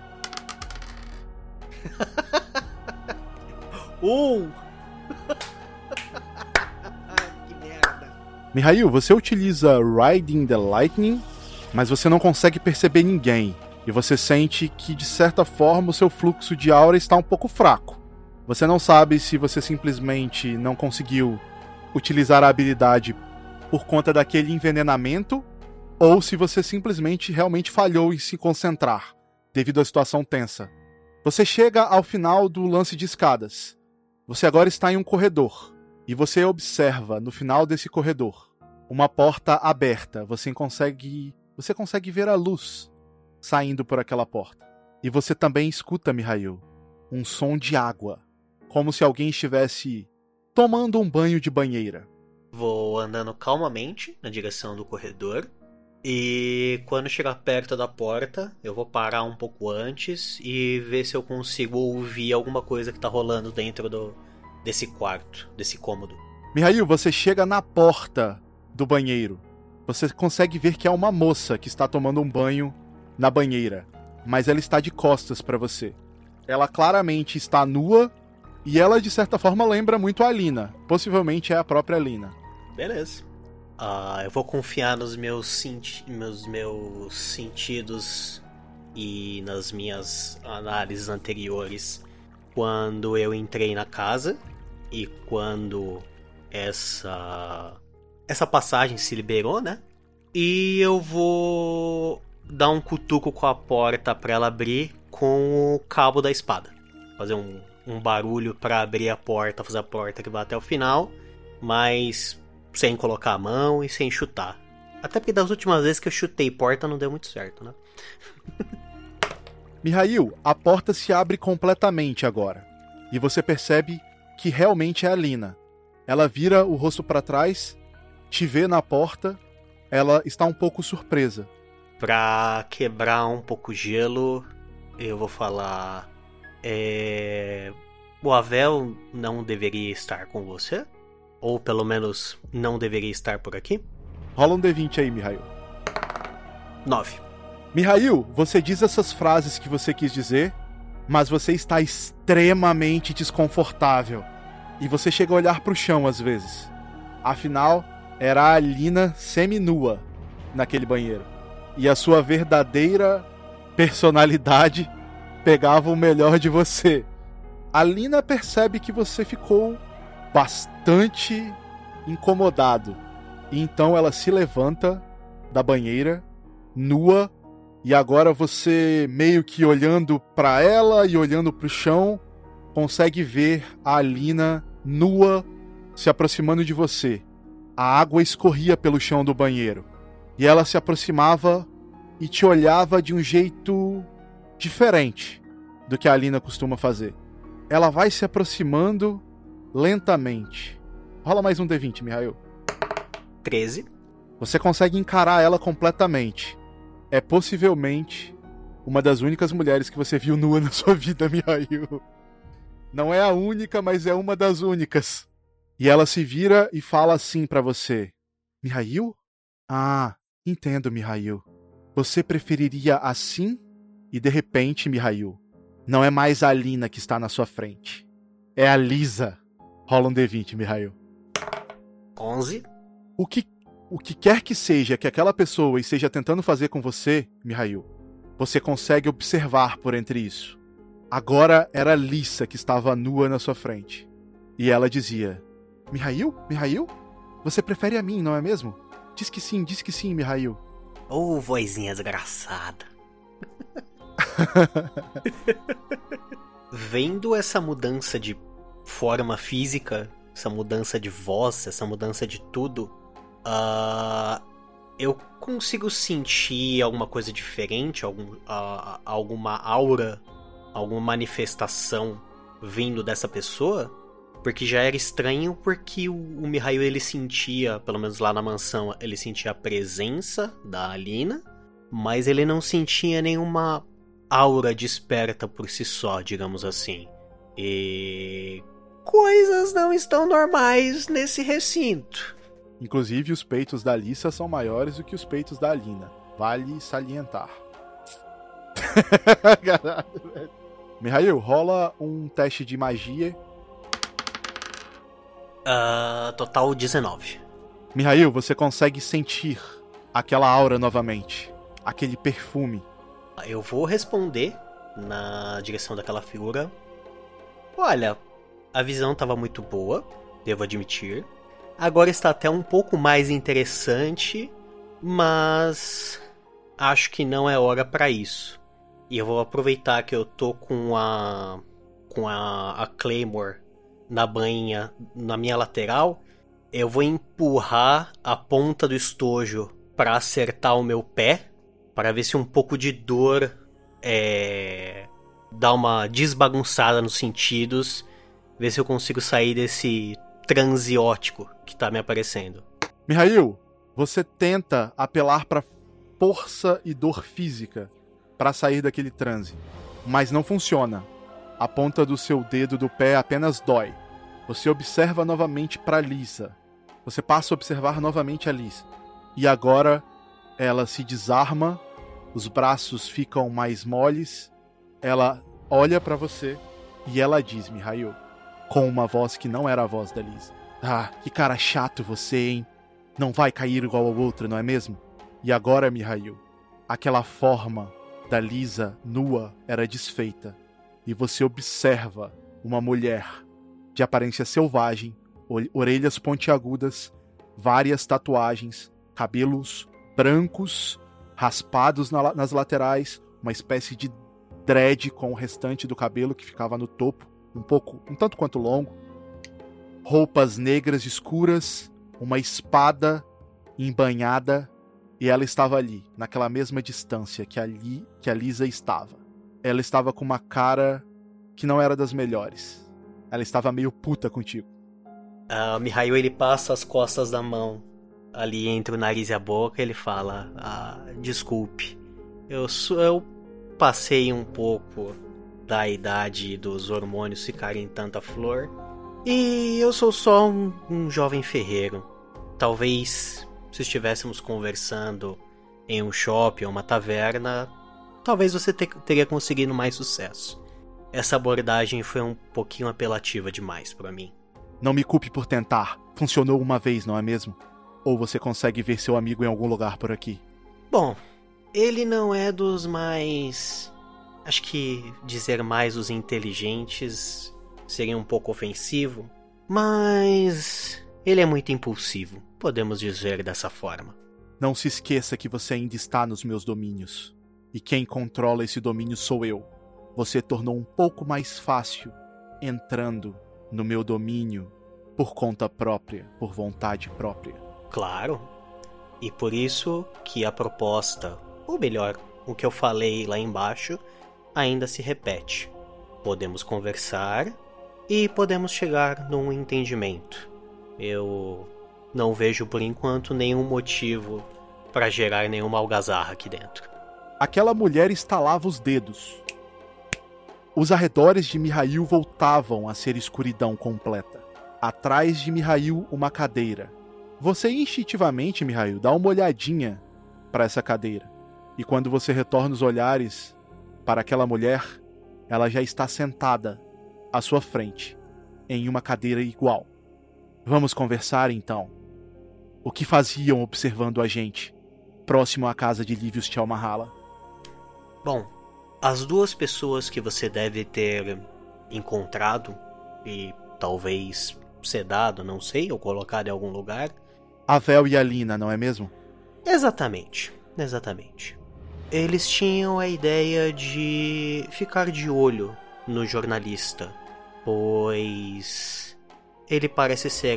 Que merda.
Mihail, você utiliza Riding the Lightning, mas você não consegue perceber ninguém. E você sente que, de certa forma, o seu fluxo de aura está um pouco fraco. Você não sabe se você simplesmente não conseguiu utilizar a habilidade por conta daquele envenenamento, ou se você simplesmente realmente falhou em se concentrar, devido à situação tensa. Você chega ao final do lance de escadas. Você agora está em um corredor, e você observa, no final desse corredor, uma porta aberta. Você consegue ver a luz saindo por aquela porta. E você também escuta, Mihail, um som de água, como se alguém estivesse tomando um banho de banheira.
Vou andando calmamente na direção do corredor. E quando chegar perto da porta, eu vou parar um pouco antes e ver se eu consigo ouvir alguma coisa que tá rolando dentro desse quarto, desse cômodo.
Mihail, você chega na porta do banheiro. Você consegue ver que é uma moça que está tomando um banho na banheira, mas ela está de costas para você. Ela claramente está nua e ela, de certa forma, lembra muito a Alina. Possivelmente é a própria Alina.
Beleza. Eu vou confiar nos meus sentidos e nas minhas análises anteriores quando eu entrei na casa e quando essa passagem se liberou, né? E eu vou dar um cutuco com a porta pra ela abrir com o cabo da espada. Fazer um barulho pra abrir a porta, fazer a porta que vai até o final, mas sem colocar a mão e sem chutar. Até porque das últimas vezes que eu chutei porta não deu muito certo, né?
Mihail, a porta se abre completamente agora. E você percebe que realmente é a Alina. Ela vira o rosto pra trás, te vê na porta, ela está um pouco surpresa.
Pra quebrar um pouco o gelo, eu vou falar... O Avel não deveria estar com você? Ou pelo menos não deveria estar por aqui?
Rola um D20 aí, Mihail.
9.
Mihail, você diz essas frases que você quis dizer, mas você está extremamente desconfortável. E você chega a olhar pro chão às vezes. Afinal, era a Alina seminua naquele banheiro. E a sua verdadeira personalidade pegava o melhor de você. A Alina percebe que você ficou bastante incomodado. E então ela se levanta da banheira, nua, e agora você, meio que olhando pra ela e olhando pro chão, consegue ver a Alina nua se aproximando de você. A água escorria pelo chão do banheiro. E ela se aproximava e te olhava de um jeito diferente do que a Alina costuma fazer. Ela vai se aproximando lentamente. Rola mais um D20, Mihail.
13.
Você consegue encarar ela completamente. É possivelmente uma das únicas mulheres que você viu nua na sua vida, Mihail. Não é a única, mas é uma das únicas. E ela se vira e fala assim pra você. Mihail? Ah, entendo, Mihail. Você preferiria assim? E de repente, Mihail, não é mais a Alina que está na sua frente. É a Lisa. Rola um D20, Mihail.
11.
O que quer que seja que aquela pessoa esteja tentando fazer com você, Mihail, você consegue observar por entre isso. Agora era a Lisa que estava nua na sua frente. E ela dizia, Mihail? Mihail? Você prefere a mim, não é mesmo? Diz que sim, Mihail.
Ô, vozinha desgraçada. Vendo essa mudança de forma física, essa mudança de voz, essa mudança de tudo, eu consigo sentir alguma coisa diferente, alguma aura, alguma manifestação vindo dessa pessoa? Porque já era estranho porque o Mihail, ele sentia, pelo menos lá na mansão, ele sentia a presença da Alina, mas ele não sentia nenhuma aura desperta por si só, digamos assim. E coisas não estão normais nesse recinto.
Inclusive, os peitos da Alissa são maiores do que os peitos da Alina. Vale salientar. Caralho, velho. Mihail, rola um teste de magia.
Total 19.
Mihail, você consegue sentir aquela aura novamente. Aquele perfume.
Eu vou responder na direção daquela figura. Olha, a visão estava muito boa, devo admitir. Agora está até um pouco mais interessante, mas acho que não é hora para isso. E eu vou aproveitar que eu tô com a Claymore na bainha na minha lateral. Eu vou empurrar a ponta do estojo para acertar o meu pé, para ver se um pouco de dor dá uma desbagunçada nos sentidos, ver se eu consigo sair desse transe ótico que tá me aparecendo.
Mihail, você tenta apelar para força e dor física para sair daquele transe, mas não funciona. A ponta do seu dedo do pé apenas dói. Você observa novamente para Lisa. Você passa a observar novamente a Lisa. E agora ela se desarma, os braços ficam mais moles. Ela olha para você e ela diz, Mihail, com uma voz que não era a voz da Lisa. Ah, que cara chato você, hein? Não vai cair igual ao outro, não é mesmo? E agora, Mihail, aquela forma da Lisa nua era desfeita. E você observa uma mulher de aparência selvagem, orelhas pontiagudas, várias tatuagens, cabelos brancos, raspados nas laterais, uma espécie de dread com o restante do cabelo que ficava no topo, um tanto quanto longo, roupas negras escuras, uma espada embanhada, e ela estava ali, naquela mesma distância que a Lisa estava. Ela estava com uma cara que não era das melhores. Ela estava meio puta contigo.
O Mihail, ele passa as costas da mão ali entre o nariz e a boca, ele fala, desculpe, eu passei um pouco da idade dos hormônios ficarem tanta flor, e eu sou só um jovem ferreiro. Talvez, se estivéssemos conversando em um shopping ou uma taverna, talvez você teria conseguido mais sucesso. Essa abordagem foi um pouquinho apelativa demais pra mim.
Não me culpe por tentar. Funcionou uma vez, não é mesmo? Ou você consegue ver seu amigo em algum lugar por aqui?
Bom, ele não é dos mais... Acho que dizer mais os inteligentes seria um pouco ofensivo, mas ele é muito impulsivo, podemos dizer dessa forma.
Não se esqueça que você ainda está nos meus domínios. E quem controla esse domínio sou eu. Você tornou um pouco mais fácil entrando no meu domínio por conta própria, por vontade própria.
Claro. E por isso que a proposta, ou melhor, o que eu falei lá embaixo, ainda se repete. Podemos conversar e podemos chegar num entendimento. Eu não vejo por enquanto nenhum motivo para gerar nenhuma algazarra aqui dentro.
Aquela mulher estalava os dedos. Os arredores de Mihail voltavam a ser escuridão completa. Atrás de Mihail, uma cadeira. Você instintivamente, Mihail, dá uma olhadinha para essa cadeira. E quando você retorna os olhares para aquela mulher, ela já está sentada à sua frente, em uma cadeira igual. Vamos conversar, então. O que faziam observando a gente, próximo à casa de Livius Thelmahala?
Bom, as duas pessoas que você deve ter encontrado e talvez sedado, não sei, ou colocado em algum lugar.
A Vel e a Lina, não é mesmo?
Exatamente. Eles tinham a ideia de ficar de olho no jornalista, pois ele parece ser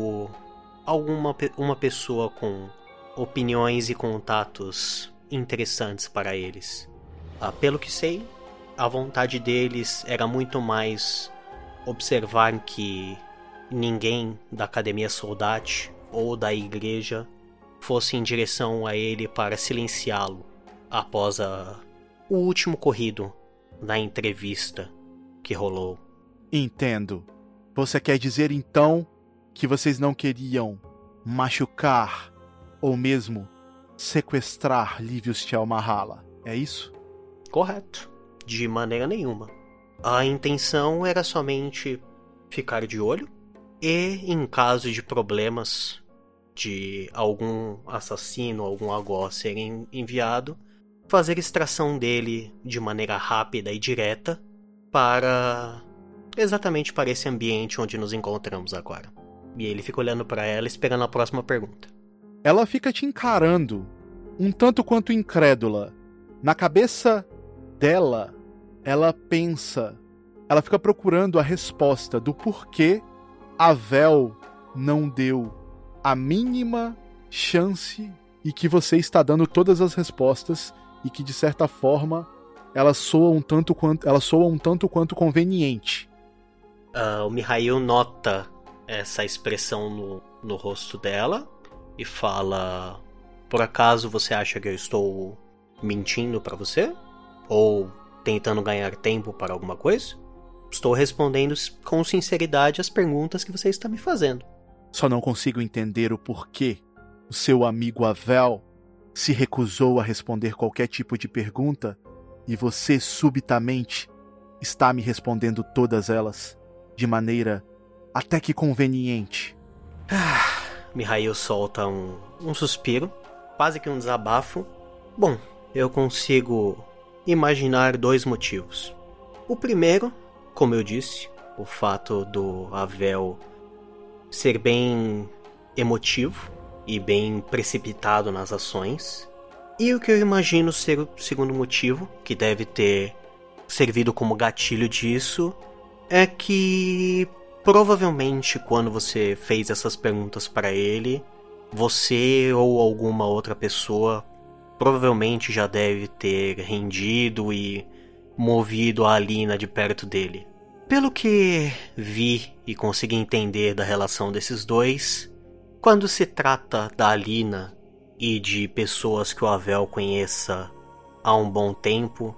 uma pessoa com opiniões e contatos interessantes para eles. Pelo que sei, a vontade deles era muito mais observar que ninguém da Academia Soldati ou da igreja fosse em direção a ele para silenciá-lo após o último ocorrido na entrevista que rolou.
Entendo. Você quer dizer então que vocês não queriam machucar ou mesmo sequestrar Livius Mahala, é isso?
Correto. De maneira nenhuma. A intenção era somente ficar de olho e, em caso de problemas de algum assassino, algum algoz ser enviado, fazer extração dele de maneira rápida e direta exatamente para esse ambiente onde nos encontramos agora. E ele fica olhando para ela, esperando a próxima pergunta.
Ela fica te encarando, um tanto quanto incrédula. Na cabeça dela, ela fica procurando a resposta do porquê a Vel não deu a mínima chance e que você está dando todas as respostas e que, de certa forma, ela soa um tanto quanto conveniente.
O Mihail nota essa expressão no rosto dela e fala: por acaso você acha que eu estou mentindo para você? Ou tentando ganhar tempo para alguma coisa? Estou respondendo com sinceridade as perguntas que você está me fazendo.
Só não consigo entender o porquê o seu amigo Avel se recusou a responder qualquer tipo de pergunta e você subitamente está me respondendo todas elas de maneira até que conveniente.
Mihail solta um suspiro, quase que um desabafo. Bom, eu consigo imaginar 2 motivos. O primeiro, como eu disse, o fato do Avel ser bem emotivo e bem precipitado nas ações. E o que eu imagino ser o segundo motivo, que deve ter servido como gatilho disso, é que provavelmente quando você fez essas perguntas para ele, você ou alguma outra pessoa provavelmente já deve ter rendido e movido a Alina de perto dele. Pelo que vi e consegui entender da relação desses dois, quando se trata da Alina e de pessoas que o Avel conheça há um bom tempo,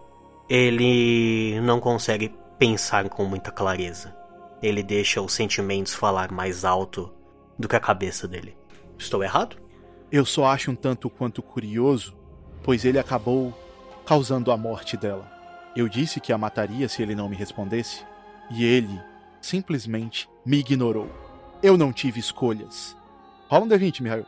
ele não consegue pensar com muita clareza. Ele deixa os sentimentos falar mais alto do que a cabeça dele. Estou errado?
Eu só acho um tanto quanto curioso, pois ele acabou causando a morte dela. Eu disse que a mataria se ele não me respondesse, e ele simplesmente me ignorou. Eu não tive escolhas. Rola um D20, Mihail.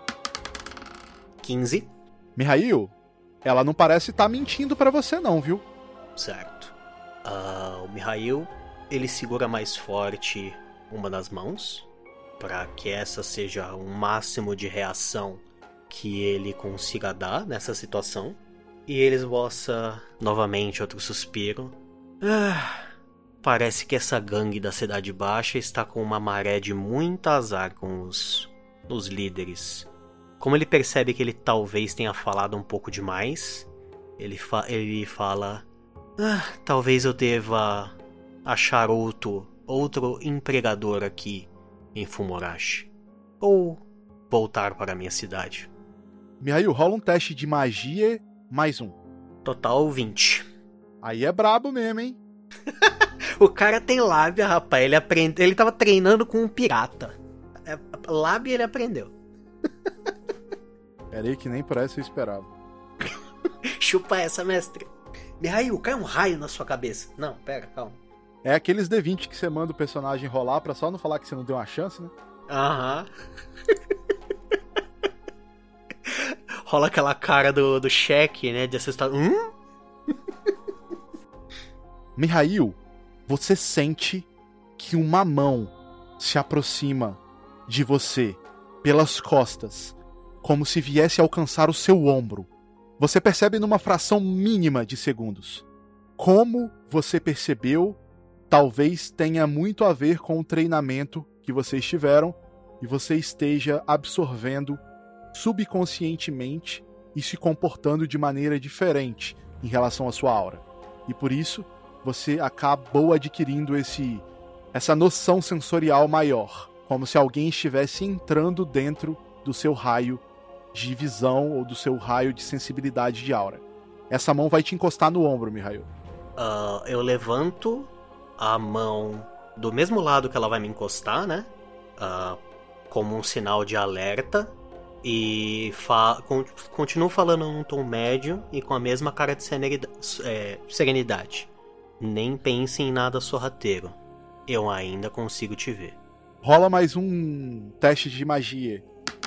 15.
Mihail, ela não parece estar mentindo pra você não, viu?
Certo. O Mihail, ele segura mais forte uma das mãos, para que essa seja o máximo de reação que ele consiga dar nessa situação. E ele esboça novamente outro suspiro. Parece que essa gangue da Cidade Baixa está com uma maré de muito azar com os líderes. Como ele percebe que ele talvez tenha falado um pouco demais, ele fala: talvez eu deva achar outro empregador aqui em Fumorashi. Ou voltar para a minha cidade.
Mihail, rola um teste de magia mais um.
Total 20.
Aí é brabo mesmo, hein?
O cara tem lábia, rapaz. Ele tava treinando com um pirata. Lábia ele aprendeu.
Peraí que nem parece eu esperava.
Chupa essa, mestre. Mihail, cai um raio na sua cabeça. Não, pera, calma.
É aqueles D20 que você manda o personagem rolar pra só não falar que você não deu uma chance, né?
Aham. Rola aquela cara do cheque, né? De assustado.
Mihail, você sente que uma mão se aproxima de você pelas costas, como se viesse alcançar o seu ombro. Você percebe numa fração mínima de segundos. Como você percebeu, talvez tenha muito a ver com o treinamento que vocês tiveram e você esteja absorvendo subconscientemente e se comportando de maneira diferente em relação à sua aura. E por isso, você acabou adquirindo esse essa noção sensorial maior, como se alguém estivesse entrando dentro do seu raio de visão ou do seu raio de sensibilidade de aura. Essa mão vai te encostar no ombro, Mihail.
Eu levanto a mão do mesmo lado que ela vai me encostar, né? Como um sinal de alerta. E continuo falando num tom médio e com a mesma cara de serenidade. Nem pense em nada sorrateiro. Eu ainda consigo te ver.
Rola mais um teste de magia.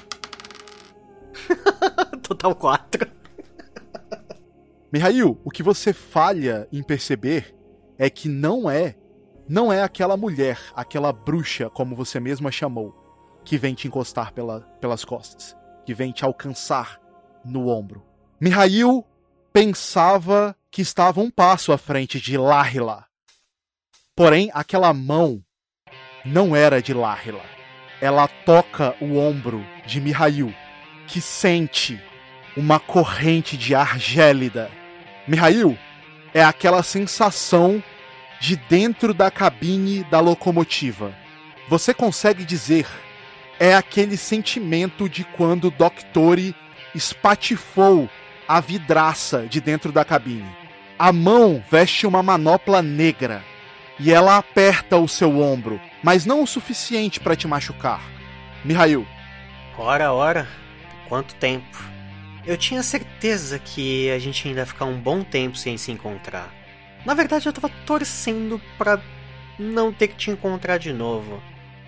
Total 4.
Mihail, o que você falha em perceber é que não é aquela mulher, aquela bruxa, como você mesma chamou, que vem te encostar pelas costas, que vem te alcançar no ombro. Mihail pensava que estava um passo à frente de Lahila. Porém, aquela mão não era de Lahila. Ela toca o ombro de Mihail, que sente uma corrente de ar gélida. Mihail, é aquela sensação de dentro da cabine da locomotiva. Você consegue dizer, é aquele sentimento de quando o Doctori espatifou a vidraça de dentro da cabine. A mão veste uma manopla negra e ela aperta o seu ombro, mas não o suficiente para te machucar. Mihail.
Ora, quanto tempo? Eu tinha certeza que a gente ainda ia ficar um bom tempo sem se encontrar. Na verdade, eu tava torcendo pra não ter que te encontrar de novo.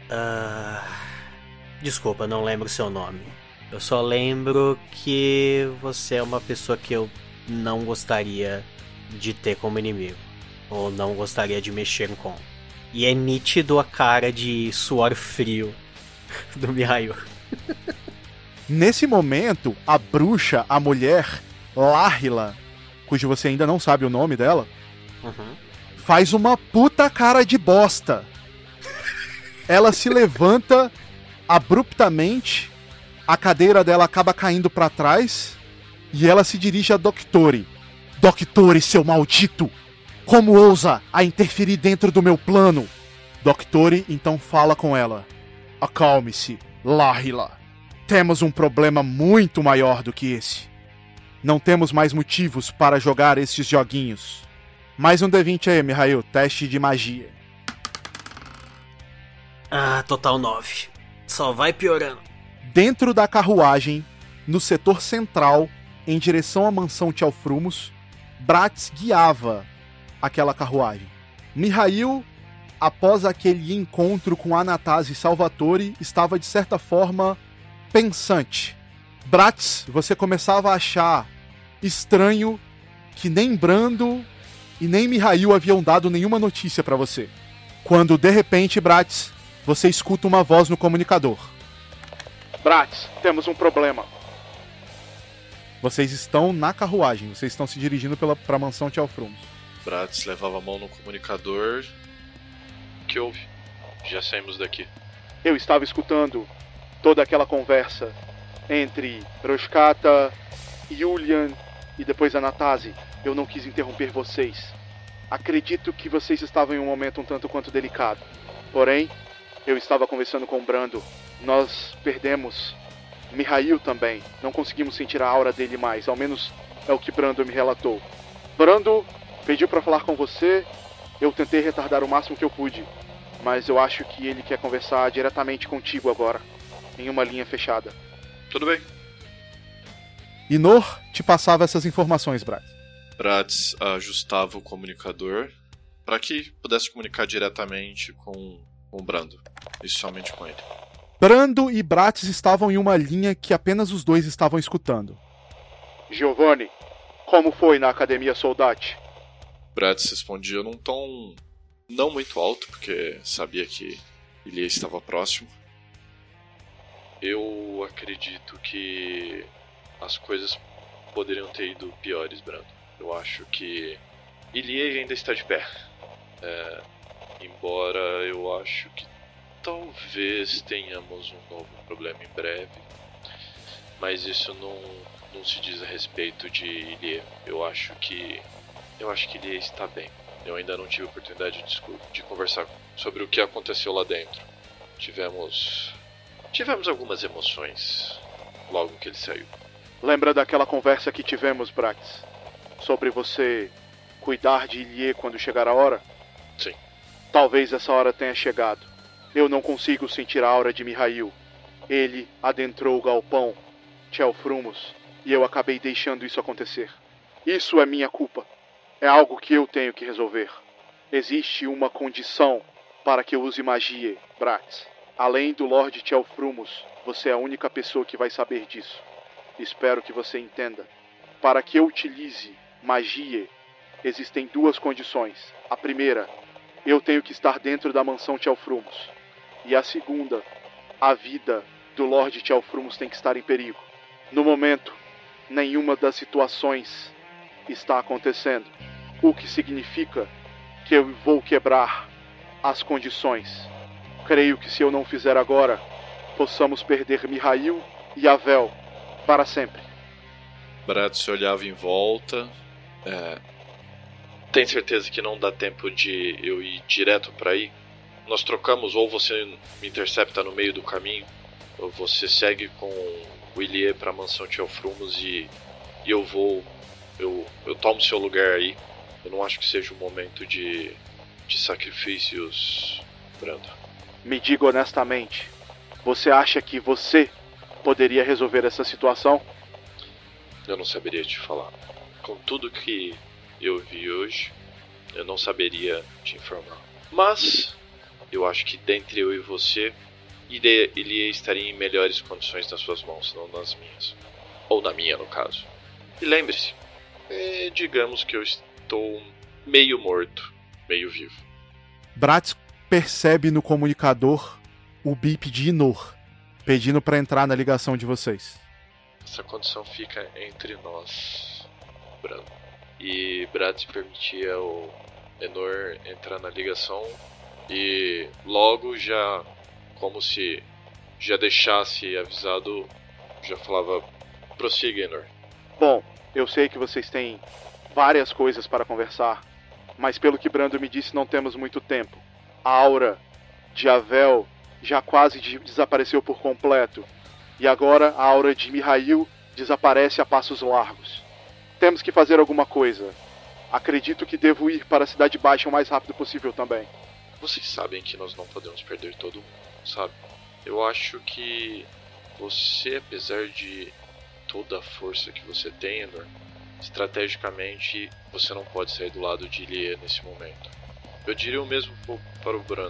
Desculpa, não lembro seu nome. Eu só lembro que você é uma pessoa que eu não gostaria de ter como inimigo. Ou não gostaria de mexer com. E é nítido a cara de suor frio do Mihail.
Nesse momento, a bruxa, a mulher, Lahila, cujo você ainda não sabe o nome dela, faz uma puta cara de bosta. Ela se levanta abruptamente, a cadeira dela acaba caindo pra trás e ela se dirige a Doctori. Doctori, seu maldito! Como ousa a interferir dentro do meu plano? Doctori então fala com ela. Acalme-se, Lahila. Temos um problema muito maior do que esse. Não temos mais motivos para jogar esses joguinhos. Mais um D20 aí, Mihail. Teste de magia.
Total 9. Só vai piorando.
Dentro da carruagem, no setor central, em direção à mansão Tchelfrumos, Bratz guiava aquela carruagem. Mihail, após aquele encontro com Anastasi e Salvatore, estava de certa forma pensante. Bratz, você começava a achar estranho que nem Brando e nem Mihail haviam dado nenhuma notícia pra você. Quando, de repente, Bratz, você escuta uma voz no comunicador. Bratz, temos um problema. Vocês estão na carruagem, vocês estão se dirigindo pra mansão Tchelfrumos.
Bratz levava a mão no comunicador. O que houve? Já saímos daqui.
Eu estava escutando toda aquela conversa entre Roshkata, Julian e depois Anastasi. Eu não quis interromper vocês. Acredito que vocês estavam em um momento um tanto quanto delicado. Porém, eu estava conversando com Brando. Nós perdemos Mihail também. Não conseguimos sentir a aura dele mais. Ao menos é o que Brando me relatou. Brando pediu para falar com você. Eu tentei retardar o máximo que eu pude. Mas eu acho que ele quer conversar diretamente contigo agora. Em uma linha fechada.
Tudo bem.
Inor te passava essas informações, Bratz.
Bratz ajustava o comunicador para que pudesse comunicar diretamente com o Brando. E somente com ele.
Brando e Bratz estavam em uma linha que apenas os dois estavam escutando. Giovanni, como foi na Academia Soldati?
Bratz respondia num tom não muito alto, porque sabia que Ilia estava próximo. Eu acredito que as coisas poderiam ter ido piores, Brando. Eu acho que Ilia ainda está de pé. Embora eu acho que talvez tenhamos um novo problema em breve. Mas isso não se diz a respeito de Ilia. Eu acho que Ilia está bem. Eu ainda não tive a oportunidade de conversar sobre o que aconteceu lá dentro. Tivemos algumas emoções logo que ele saiu.
Lembra daquela conversa que tivemos, Brax? Sobre você cuidar de Ilie quando chegar a hora?
Sim.
Talvez essa hora tenha chegado. Eu não consigo sentir a aura de Mihail. Ele adentrou o galpão Tchelfrumos e eu acabei deixando isso acontecer. Isso é minha culpa. É algo que eu tenho que resolver. Existe uma condição para que eu use magia, Brax. Além do Lord Tchelfrumos, você é a única pessoa que vai saber disso. Espero que você entenda. Para que eu utilize magia, existem duas condições. A primeira, eu tenho que estar dentro da mansão Tchelfrumos. E a segunda, a vida do Lord Tchelfrumos tem que estar em perigo. No momento, nenhuma das situações está acontecendo. O que significa que eu vou quebrar as condições. Creio que se eu não fizer agora, possamos perder Mihail e Avel para sempre.
Bratz se olhava em volta. Tem certeza que não dá tempo de eu ir direto para aí? Nós trocamos, ou você me intercepta no meio do caminho, ou você segue com o Ilie para a mansão Tchelfrumos e eu vou. Eu tomo seu lugar aí. Eu não acho que seja um momento de sacrifícios, Brando.
Me diga honestamente, você acha que você poderia resolver essa situação?
Eu não saberia te falar. Com tudo que eu vi hoje, eu não saberia te informar. Mas eu acho que dentre eu e você, ele estaria em melhores condições nas suas mãos, não nas minhas. Ou na minha, no caso. E lembre-se, digamos que eu estou meio morto, meio vivo.
Bratz percebe no comunicador o bip de Inor, pedindo para entrar na ligação de vocês.
Essa condição fica entre nós, Brando. E Bratz permitia o Enor entrar na ligação e logo já, como se já deixasse avisado, já falava: prossiga, Enor.
Bom, eu sei que vocês têm várias coisas para conversar, mas pelo que Brando me disse, não temos muito tempo. A aura de Avel já quase desapareceu por completo, e agora a aura de Mihail desaparece a passos largos. Temos que fazer alguma coisa. Acredito que devo ir para a Cidade Baixa o mais rápido possível também.
Vocês sabem que nós não podemos perder todo mundo, sabe? Eu acho que você, apesar de toda a força que você tem, Enor, estrategicamente você não pode sair do lado de Ilie nesse momento. Eu diria o mesmo para o Brando,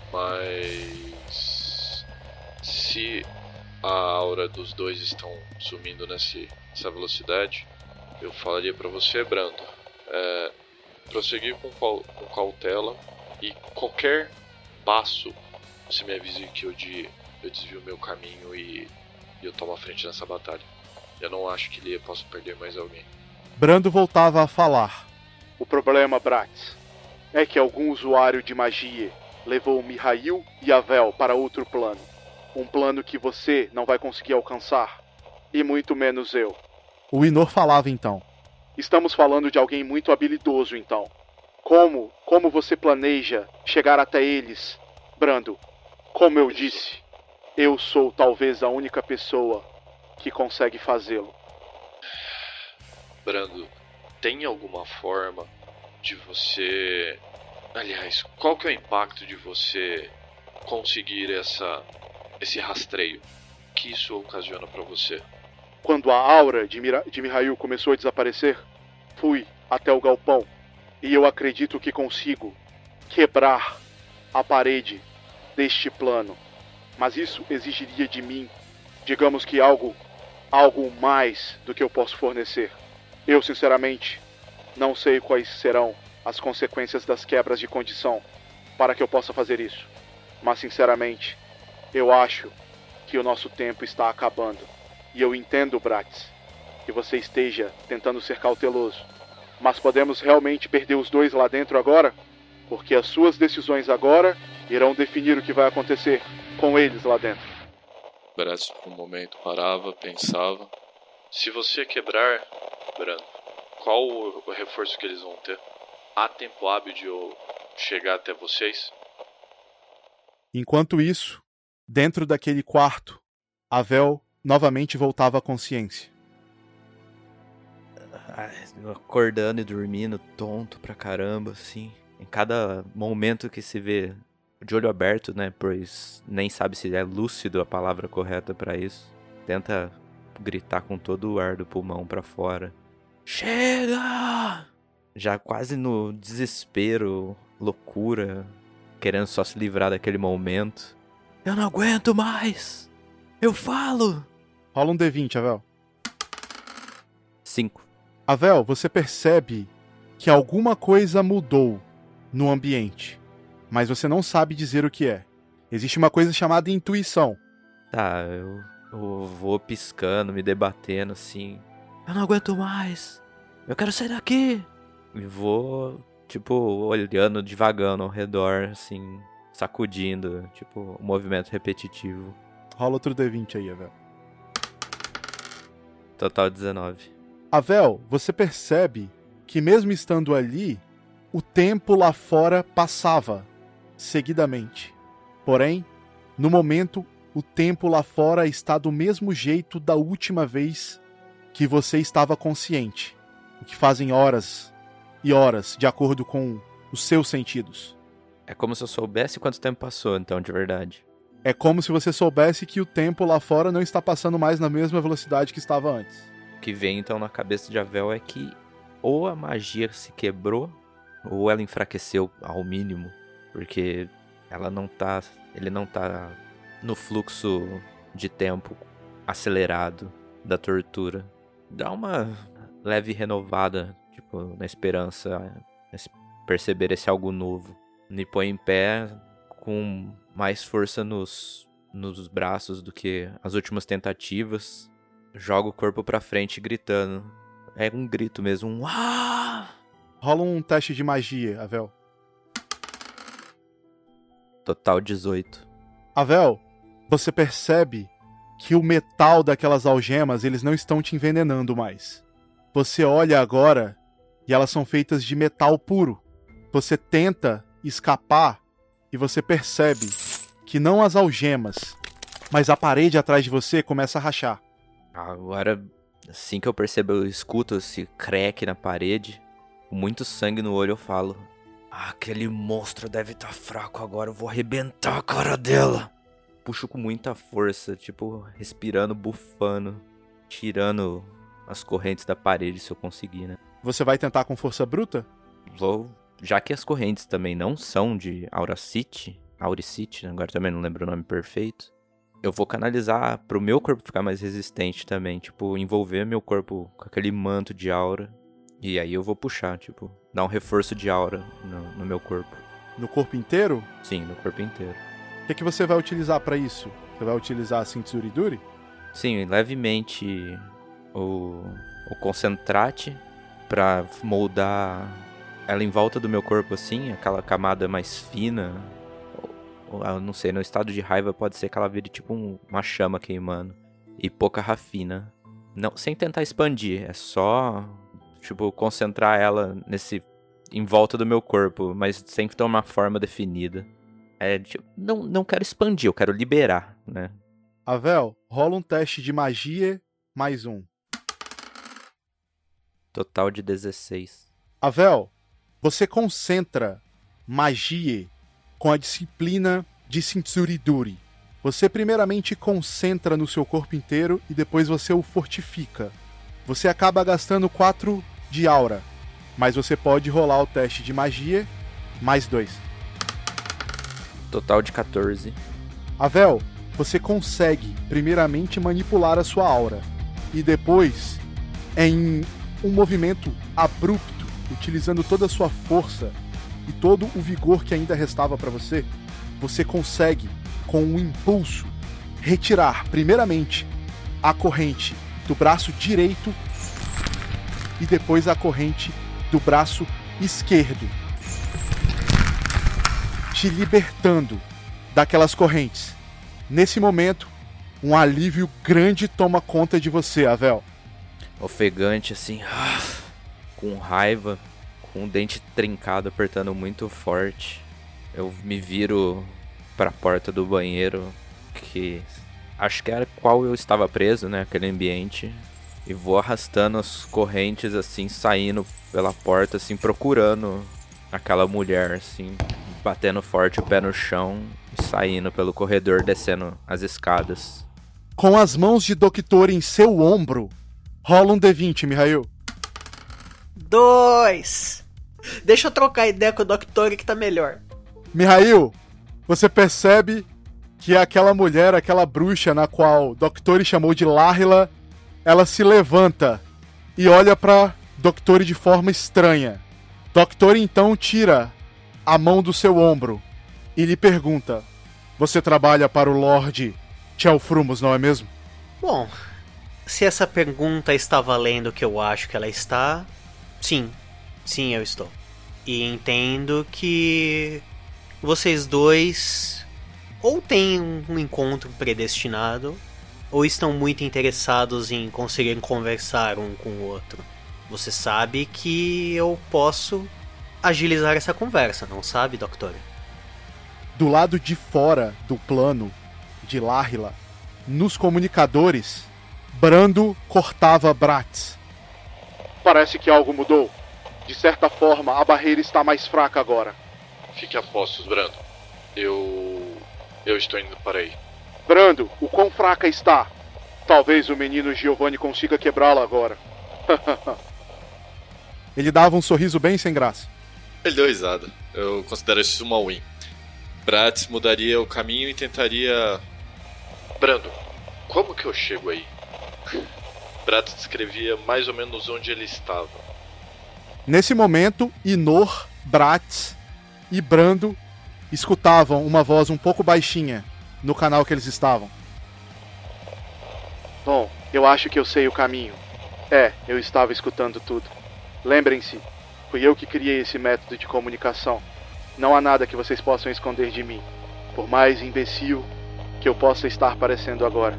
mas se a aura dos dois estão sumindo nessa velocidade, eu falaria para você, Brando, prosseguir com cautela e qualquer passo você me avise que eu desvio o meu caminho e eu tomo a frente nessa batalha. Eu não acho que Ilie possa perder mais alguém.
Brando voltava a falar. O problema, Bratz, é que algum usuário de magia levou Mihail e Avel para outro plano. Um plano que você não vai conseguir alcançar, e muito menos eu. O Inor falava então. Estamos falando de alguém muito habilidoso então. Como você planeja chegar até eles, Brando? Como eu disse, eu sou talvez a única pessoa que consegue fazê-lo.
Brando, tem alguma forma de você... Aliás, qual que é o impacto de você conseguir esse rastreio? O que isso ocasiona pra você?
Quando a aura de Mihail começou a desaparecer, fui até o galpão e eu acredito que consigo quebrar a parede deste plano. Mas isso exigiria de mim, digamos que algo mais do que eu posso fornecer. Eu, sinceramente, não sei quais serão as consequências das quebras de condição para que eu possa fazer isso. Mas, sinceramente, eu acho que o nosso tempo está acabando. E eu entendo, Bratz, que você esteja tentando ser cauteloso. Mas podemos realmente perder os dois lá dentro agora? Porque as suas decisões agora irão definir o que vai acontecer com eles lá dentro.
Bratz, por um momento, parava, pensava. Se você quebrar, Brando, qual o reforço que eles vão ter? há tempo hábil de eu chegar até vocês?
Enquanto isso, dentro daquele quarto, Avel novamente voltava à consciência.
Eu acordando e dormindo, tonto pra caramba, assim. Em cada momento que se vê de olho aberto, né? Pois nem sabe se é lúcido a palavra correta pra isso. Tenta gritar com todo o ar do pulmão pra fora. Chega! Já quase no desespero, loucura, querendo só se livrar daquele momento. Eu não aguento mais! Eu falo!
Rola um D20, Avel.
5.
Avel, você percebe que alguma coisa mudou no ambiente, mas você não sabe dizer o que é. Existe uma coisa chamada intuição.
Tá, eu vou piscando, me debatendo assim. Eu não aguento mais! Eu quero sair daqui! E vou, tipo, olhando devagando ao redor, assim, sacudindo, tipo, um movimento repetitivo.
Rola outro D20 aí, Avel.
Total 19.
Avel, você percebe que mesmo estando ali, o tempo lá fora passava seguidamente. Porém, no momento, o tempo lá fora está do mesmo jeito da última vez que você estava consciente. O que fazem horas e horas, de acordo com os seus sentidos.
É como se eu soubesse quanto tempo passou, então, de verdade.
É como se você soubesse que o tempo lá fora não está passando mais na mesma velocidade que estava antes.
O que vem, então, na cabeça de Avel é que ou a magia se quebrou, ou ela enfraqueceu ao mínimo, porque ele não tá no fluxo de tempo acelerado da tortura. Dá uma leve renovada, tipo, na esperança, perceber esse algo novo. Me põe em pé com mais força nos braços do que as últimas tentativas. Jogo o corpo pra frente gritando. É um grito mesmo, um ah!
Rola um teste de magia, Avel.
Total 18.
Avel, você percebe que o metal daquelas algemas, eles não estão te envenenando mais. Você olha agora e elas são feitas de metal puro. Você tenta escapar e você percebe que não as algemas, mas a parede atrás de você começa a rachar.
Agora, assim que eu percebo, eu escuto esse crack na parede. Com muito sangue no olho eu falo: aquele monstro deve estar fraco agora, eu vou arrebentar a cara dela. Puxo com muita força, tipo, respirando, bufando, tirando as correntes da parede se eu conseguir, né?
Você vai tentar com força bruta?
Vou, já que as correntes também não são de Auricite, agora também não lembro o nome perfeito. Eu vou canalizar pro meu corpo ficar mais resistente também, tipo, envolver meu corpo com aquele manto de aura. E aí eu vou puxar, tipo, dar um reforço de aura no meu corpo.
No corpo inteiro?
Sim, no corpo inteiro.
O que você vai utilizar pra isso? Você vai utilizar a Sintsuriduri?
Sim, levemente o concentrate pra moldar ela em volta do meu corpo assim, aquela camada mais fina. Eu não sei, no estado de raiva pode ser que ela vire tipo uma chama queimando. E pouca rafina. Não, sem tentar expandir, é só, tipo, concentrar ela em volta do meu corpo, mas sem ter uma forma definida. É, tipo, não quero expandir, eu quero liberar, né?
Avel, rola um teste de magia mais um.
Total de 16.
Avel, você concentra magia com a disciplina de Sintsuriduri. Você primeiramente concentra no seu corpo inteiro e depois você o fortifica. Você acaba gastando 4 de aura, mas você pode rolar o teste de magia mais 2.
Total de 14.
Avel, você consegue primeiramente manipular a sua aura e depois, em um movimento abrupto, utilizando toda a sua força e todo o vigor que ainda restava para você, você consegue, com um impulso, retirar primeiramente a corrente do braço direito e depois a corrente do braço esquerdo, te libertando daquelas correntes. Nesse momento, um alívio grande toma conta de você, Avel.
Ofegante assim, com raiva, com o dente trincado, apertando muito forte. Eu me viro para a porta do banheiro, que acho que era qual eu estava preso, né, aquele ambiente, e vou arrastando as correntes assim, saindo pela porta assim, procurando aquela mulher assim, batendo forte o pé no chão e saindo pelo corredor, descendo as escadas.
Com as mãos de Doctor em seu ombro, rola um D20, Mihail.
2. Deixa eu trocar ideia com o Doctor que tá melhor.
Mihail, você percebe que aquela mulher, aquela bruxa na qual Doctor chamou de Lahila, ela se levanta e olha pra Doctor de forma estranha. Doctor então tira a mão do seu ombro e lhe pergunta: você trabalha para o Lorde Chelfrumos, não é mesmo?
Bom, se essa pergunta está valendo o que eu acho que ela está, sim, eu estou. E entendo que vocês dois ou têm um encontro predestinado, ou estão muito interessados em conseguir conversar um com o outro. Você sabe que eu posso agilizar essa conversa, não sabe, Doctor?
Do lado de fora do plano de Lahila, nos comunicadores, Brando cortava Bratz. Parece que algo mudou. De certa forma, a barreira está mais fraca agora.
Fique a postos, Brando. Eu estou indo para aí.
Brando, o quão fraca está? Talvez o menino Giovanni consiga quebrá-la agora. Ele dava um sorriso bem sem graça.
Ele deu risada. Eu considero isso uma win. Bratz mudaria o caminho e tentaria... Brando, como que eu chego aí? Bratz descrevia mais ou menos onde ele estava.
Nesse momento, Inor, Bratz e Brando escutavam uma voz um pouco baixinha no canal que eles estavam. Bom, eu acho que eu sei o caminho. Eu estava escutando tudo. Lembrem-se, fui eu que criei esse método de comunicação. Não há nada que vocês possam esconder de mim, por mais imbecil que eu possa estar parecendo agora.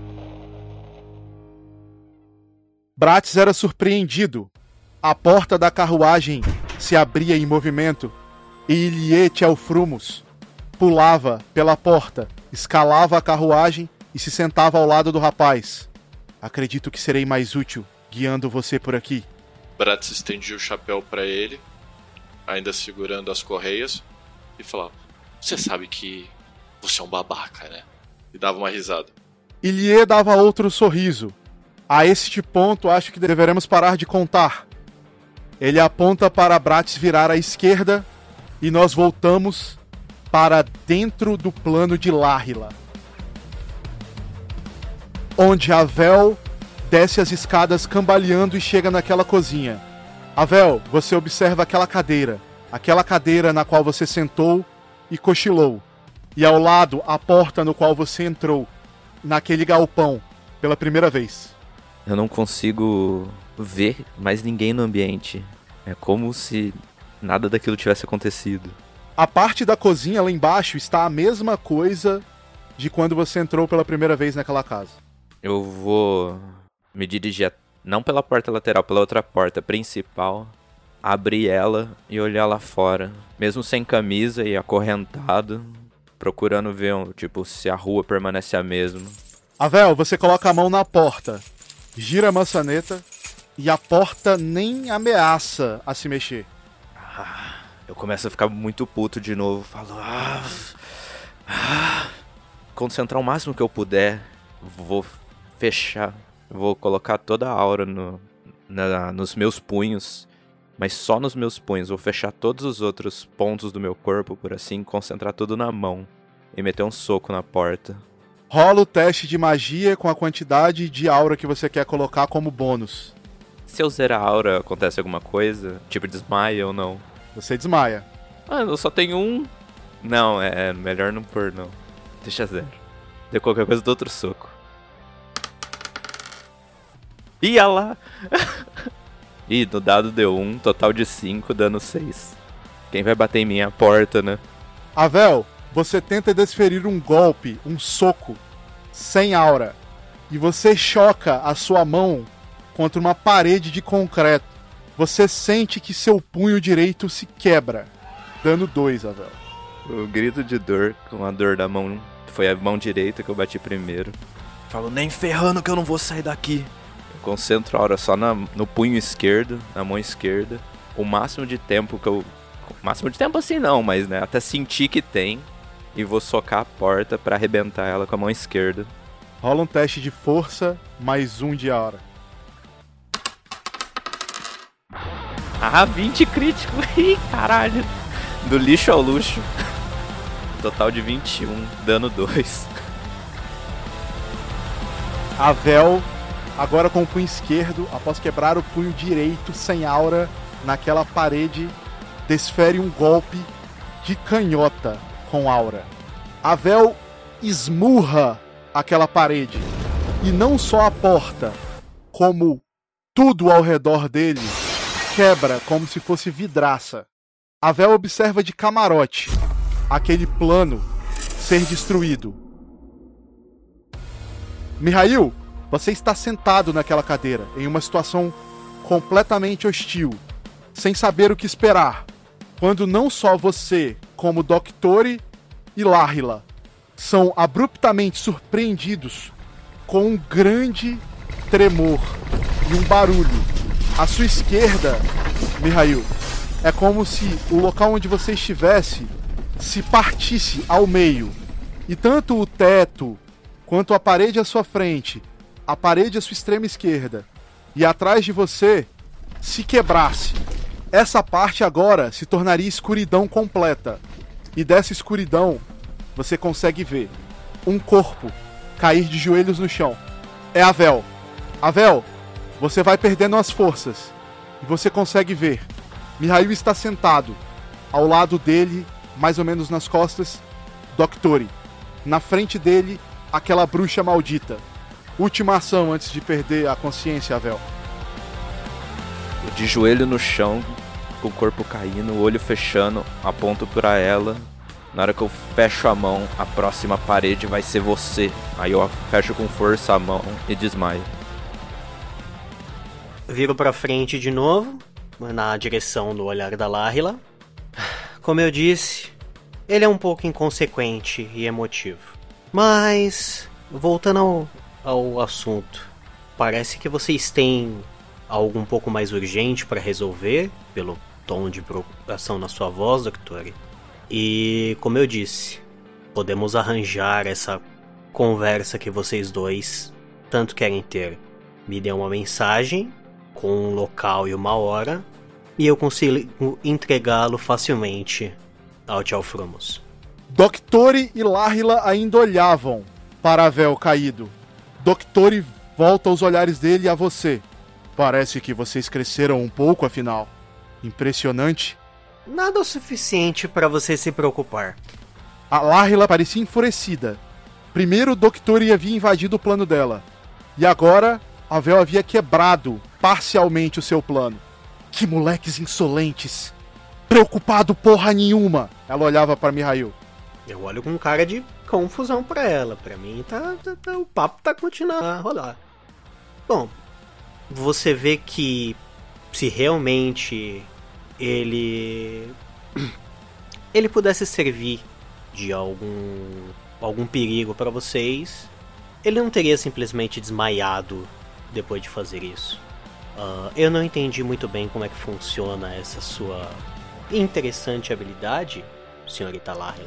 Bratz era surpreendido. A porta da carruagem se abria em movimento e Ilie Chelfrumos pulava pela porta, escalava a carruagem e se sentava ao lado do rapaz. Acredito que serei mais útil guiando você por aqui.
Bratz estendia o chapéu para ele, ainda segurando as correias, e falava: você sabe que você é um babaca, né? E dava uma risada.
Ilie dava outro sorriso. A este ponto, acho que deveremos parar de contar. Ele aponta para Bratz virar à esquerda e nós voltamos para dentro do plano de Lahila, onde Avel desce as escadas cambaleando e chega naquela cozinha. Avel, você observa aquela cadeira na qual você sentou e cochilou, e ao lado a porta no qual você entrou, naquele galpão, pela primeira vez.
Eu não consigo ver mais ninguém no ambiente. É como se nada daquilo tivesse acontecido.
A parte da cozinha lá embaixo está a mesma coisa de quando você entrou pela primeira vez naquela casa.
Eu vou me dirigir não pela porta lateral, pela outra porta principal, abrir ela e olhar lá fora, mesmo sem camisa e acorrentado, procurando ver se a rua permanece a mesma.
Avel, você coloca a mão na porta, gira a maçaneta e a porta nem ameaça a se mexer.
Eu começo a ficar muito puto de novo, falo... concentrar o máximo que eu puder, vou fechar, vou colocar toda a aura nos meus punhos, mas só nos meus punhos, vou fechar todos os outros pontos do meu corpo, por assim, concentrar tudo na mão e meter um soco na porta.
Rola o teste de magia com a quantidade de aura que você quer colocar como bônus.
Se eu zerar a aura, acontece alguma coisa? Tipo, desmaia ou não?
Você desmaia.
Eu só tenho um. Não, é melhor não pôr, não. Deixa zero. De qualquer coisa, do outro soco. Ia lá! Ih, no dado deu 1, total de 5, dano 6. Quem vai bater em mim é a porta, né?
Avel, você tenta desferir um golpe, um soco, sem aura. E você choca a sua mão contra uma parede de concreto. você sente que seu punho direito se quebra. Dano 2, Avel.
O grito de dor com a dor da mão. Foi a mão direita que eu bati primeiro. Falo, nem ferrando que eu não vou sair daqui. Eu concentro a aura só no punho esquerdo, na mão esquerda. O máximo de tempo que eu... Máximo de tempo assim não, mas né, até sentir que tem. E vou socar a porta pra arrebentar ela com a mão esquerda.
Rola um teste de força, mais 1 de aura.
20 crítico. Ih, caralho. Do lixo ao luxo. Total de 21, dano 2.
Avel, agora com o punho esquerdo, após quebrar o punho direito sem aura naquela parede, desfere um golpe de canhota com aura. Avel esmurra aquela parede. E não só a porta, como tudo ao redor dele quebra como se fosse vidraça. Avel observa de camarote aquele plano ser destruído. Mihail, você está sentado naquela cadeira, em uma situação completamente hostil, sem saber o que esperar, quando não só você, como Doctori e Lahila, são abruptamente surpreendidos com um grande tremor e um barulho. À sua esquerda, Mihail, é como se o local onde você estivesse se partisse ao meio, e tanto o teto quanto a parede à sua frente, a parede à sua extrema esquerda e atrás de você se quebrasse. Essa parte agora se tornaria escuridão completa, e dessa escuridão você consegue ver um corpo cair de joelhos no chão. É Avel. Avel, você vai perdendo as forças e você consegue ver. Mihail está sentado ao lado dele, mais ou menos nas costas, Doctori. Na frente dele, aquela bruxa maldita. Última ação antes de perder a consciência, Avel.
De joelho no chão, com o corpo caindo, o olho fechando, aponto pra ela. Na hora que eu fecho a mão, a próxima parede vai ser você. Aí eu fecho com força a mão e desmaio.
Viro pra frente de novo, na direção do olhar da Lahila. Como eu disse, ele é um pouco inconsequente e emotivo. Mas, voltando ao assunto, parece que vocês têm algo um pouco mais urgente para resolver, pelo tom de preocupação na sua voz, Doctori. E, como eu disse, podemos arranjar essa conversa que vocês dois tanto querem ter. Me dê uma mensagem com um local e uma hora, e eu consigo entregá-lo facilmente ao Tchau Frumos.
Doctori e Lahila ainda olhavam para Avel caído. Doctori volta os olhares dele a você. Parece que vocês cresceram um pouco, afinal. Impressionante.
Nada o suficiente para você se preocupar.
A Lahila parecia enfurecida. Primeiro, Doctori havia invadido o plano dela. E agora, Avel havia quebrado parcialmente o seu plano. Que moleques insolentes. Preocupado porra nenhuma. Ela olhava para Mihail.
Eu olho com cara de confusão pra ela. Pra mim, o papo tá continuando a rolar. Bom, você vê que se realmente ele pudesse servir de algum perigo pra vocês, ele não teria simplesmente desmaiado depois de fazer isso. Eu não entendi muito bem como é que funciona essa sua interessante habilidade, senhorita Lahila,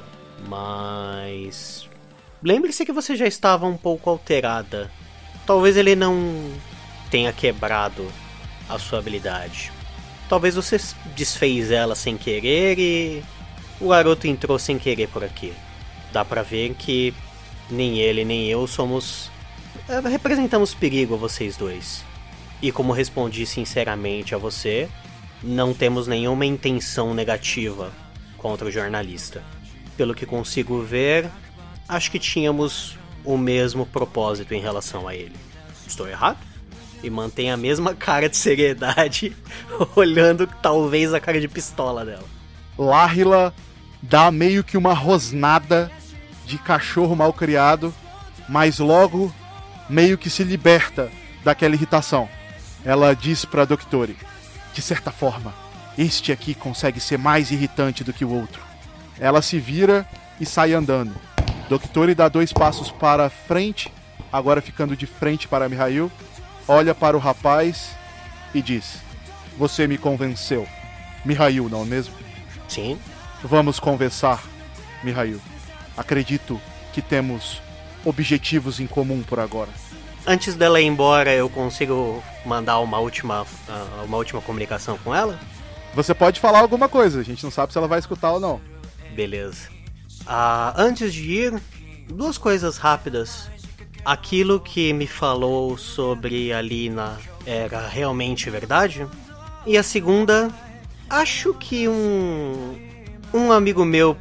mas lembre-se que você já estava um pouco alterada. Talvez ele não tenha quebrado a sua habilidade. Talvez você desfez ela sem querer e o garoto entrou sem querer por aqui. Dá pra ver que nem ele nem eu representamos perigo a vocês dois. E como respondi sinceramente a você, não temos nenhuma intenção negativa contra o jornalista. Pelo que consigo ver, acho que tínhamos o mesmo propósito em relação a ele. Estou errado? E mantém a mesma cara de seriedade, olhando talvez a cara de pistola dela.
Lahila dá meio que uma rosnada de cachorro mal criado, mas logo meio que se liberta daquela irritação. Ela diz pra Doctori: De certa forma, este aqui consegue ser mais irritante do que o outro. Ela se vira e sai andando. Doctor dá 2 passos para frente, agora ficando de frente para Mihail, olha para o rapaz e diz: você me convenceu. Mihail, não é mesmo?
Sim.
Vamos conversar, Mihail. Acredito que temos objetivos em comum por agora.
Antes dela ir embora, eu consigo mandar uma última comunicação com ela?
Você pode falar alguma coisa, a gente não sabe se ela vai escutar ou não.
Beleza. Antes de ir, 2 coisas rápidas. Aquilo que me falou sobre a Lina era realmente verdade? E a segunda, acho que um amigo meu,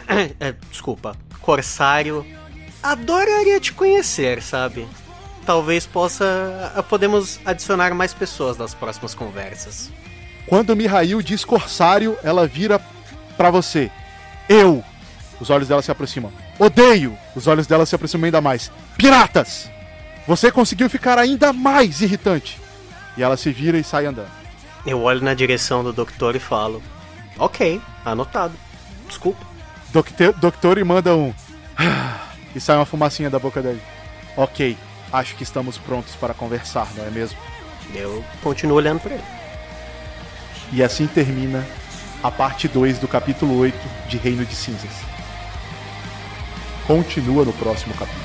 corsário, adoraria te conhecer, sabe? Talvez podemos adicionar mais pessoas nas próximas conversas.
Quando Mihail diz corsário, ela vira pra você. Os olhos dela se aproximam. Odeio! Os olhos dela se aproximam ainda mais. Piratas! Você conseguiu ficar ainda mais irritante. E ela se vira e sai andando.
Eu olho na direção do doutor e falo: ok, anotado. Desculpa.
Doutor manda um... e sai uma fumacinha da boca dele. Ok, acho que estamos prontos para conversar, não é mesmo?
Eu continuo olhando pra ele.
E assim termina a parte 2 do capítulo 8 de Reino de Cinzas. Continua no próximo capítulo.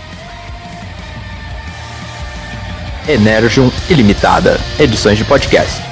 Energium Ilimitada, edições de podcast.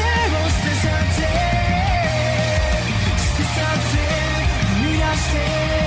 Stay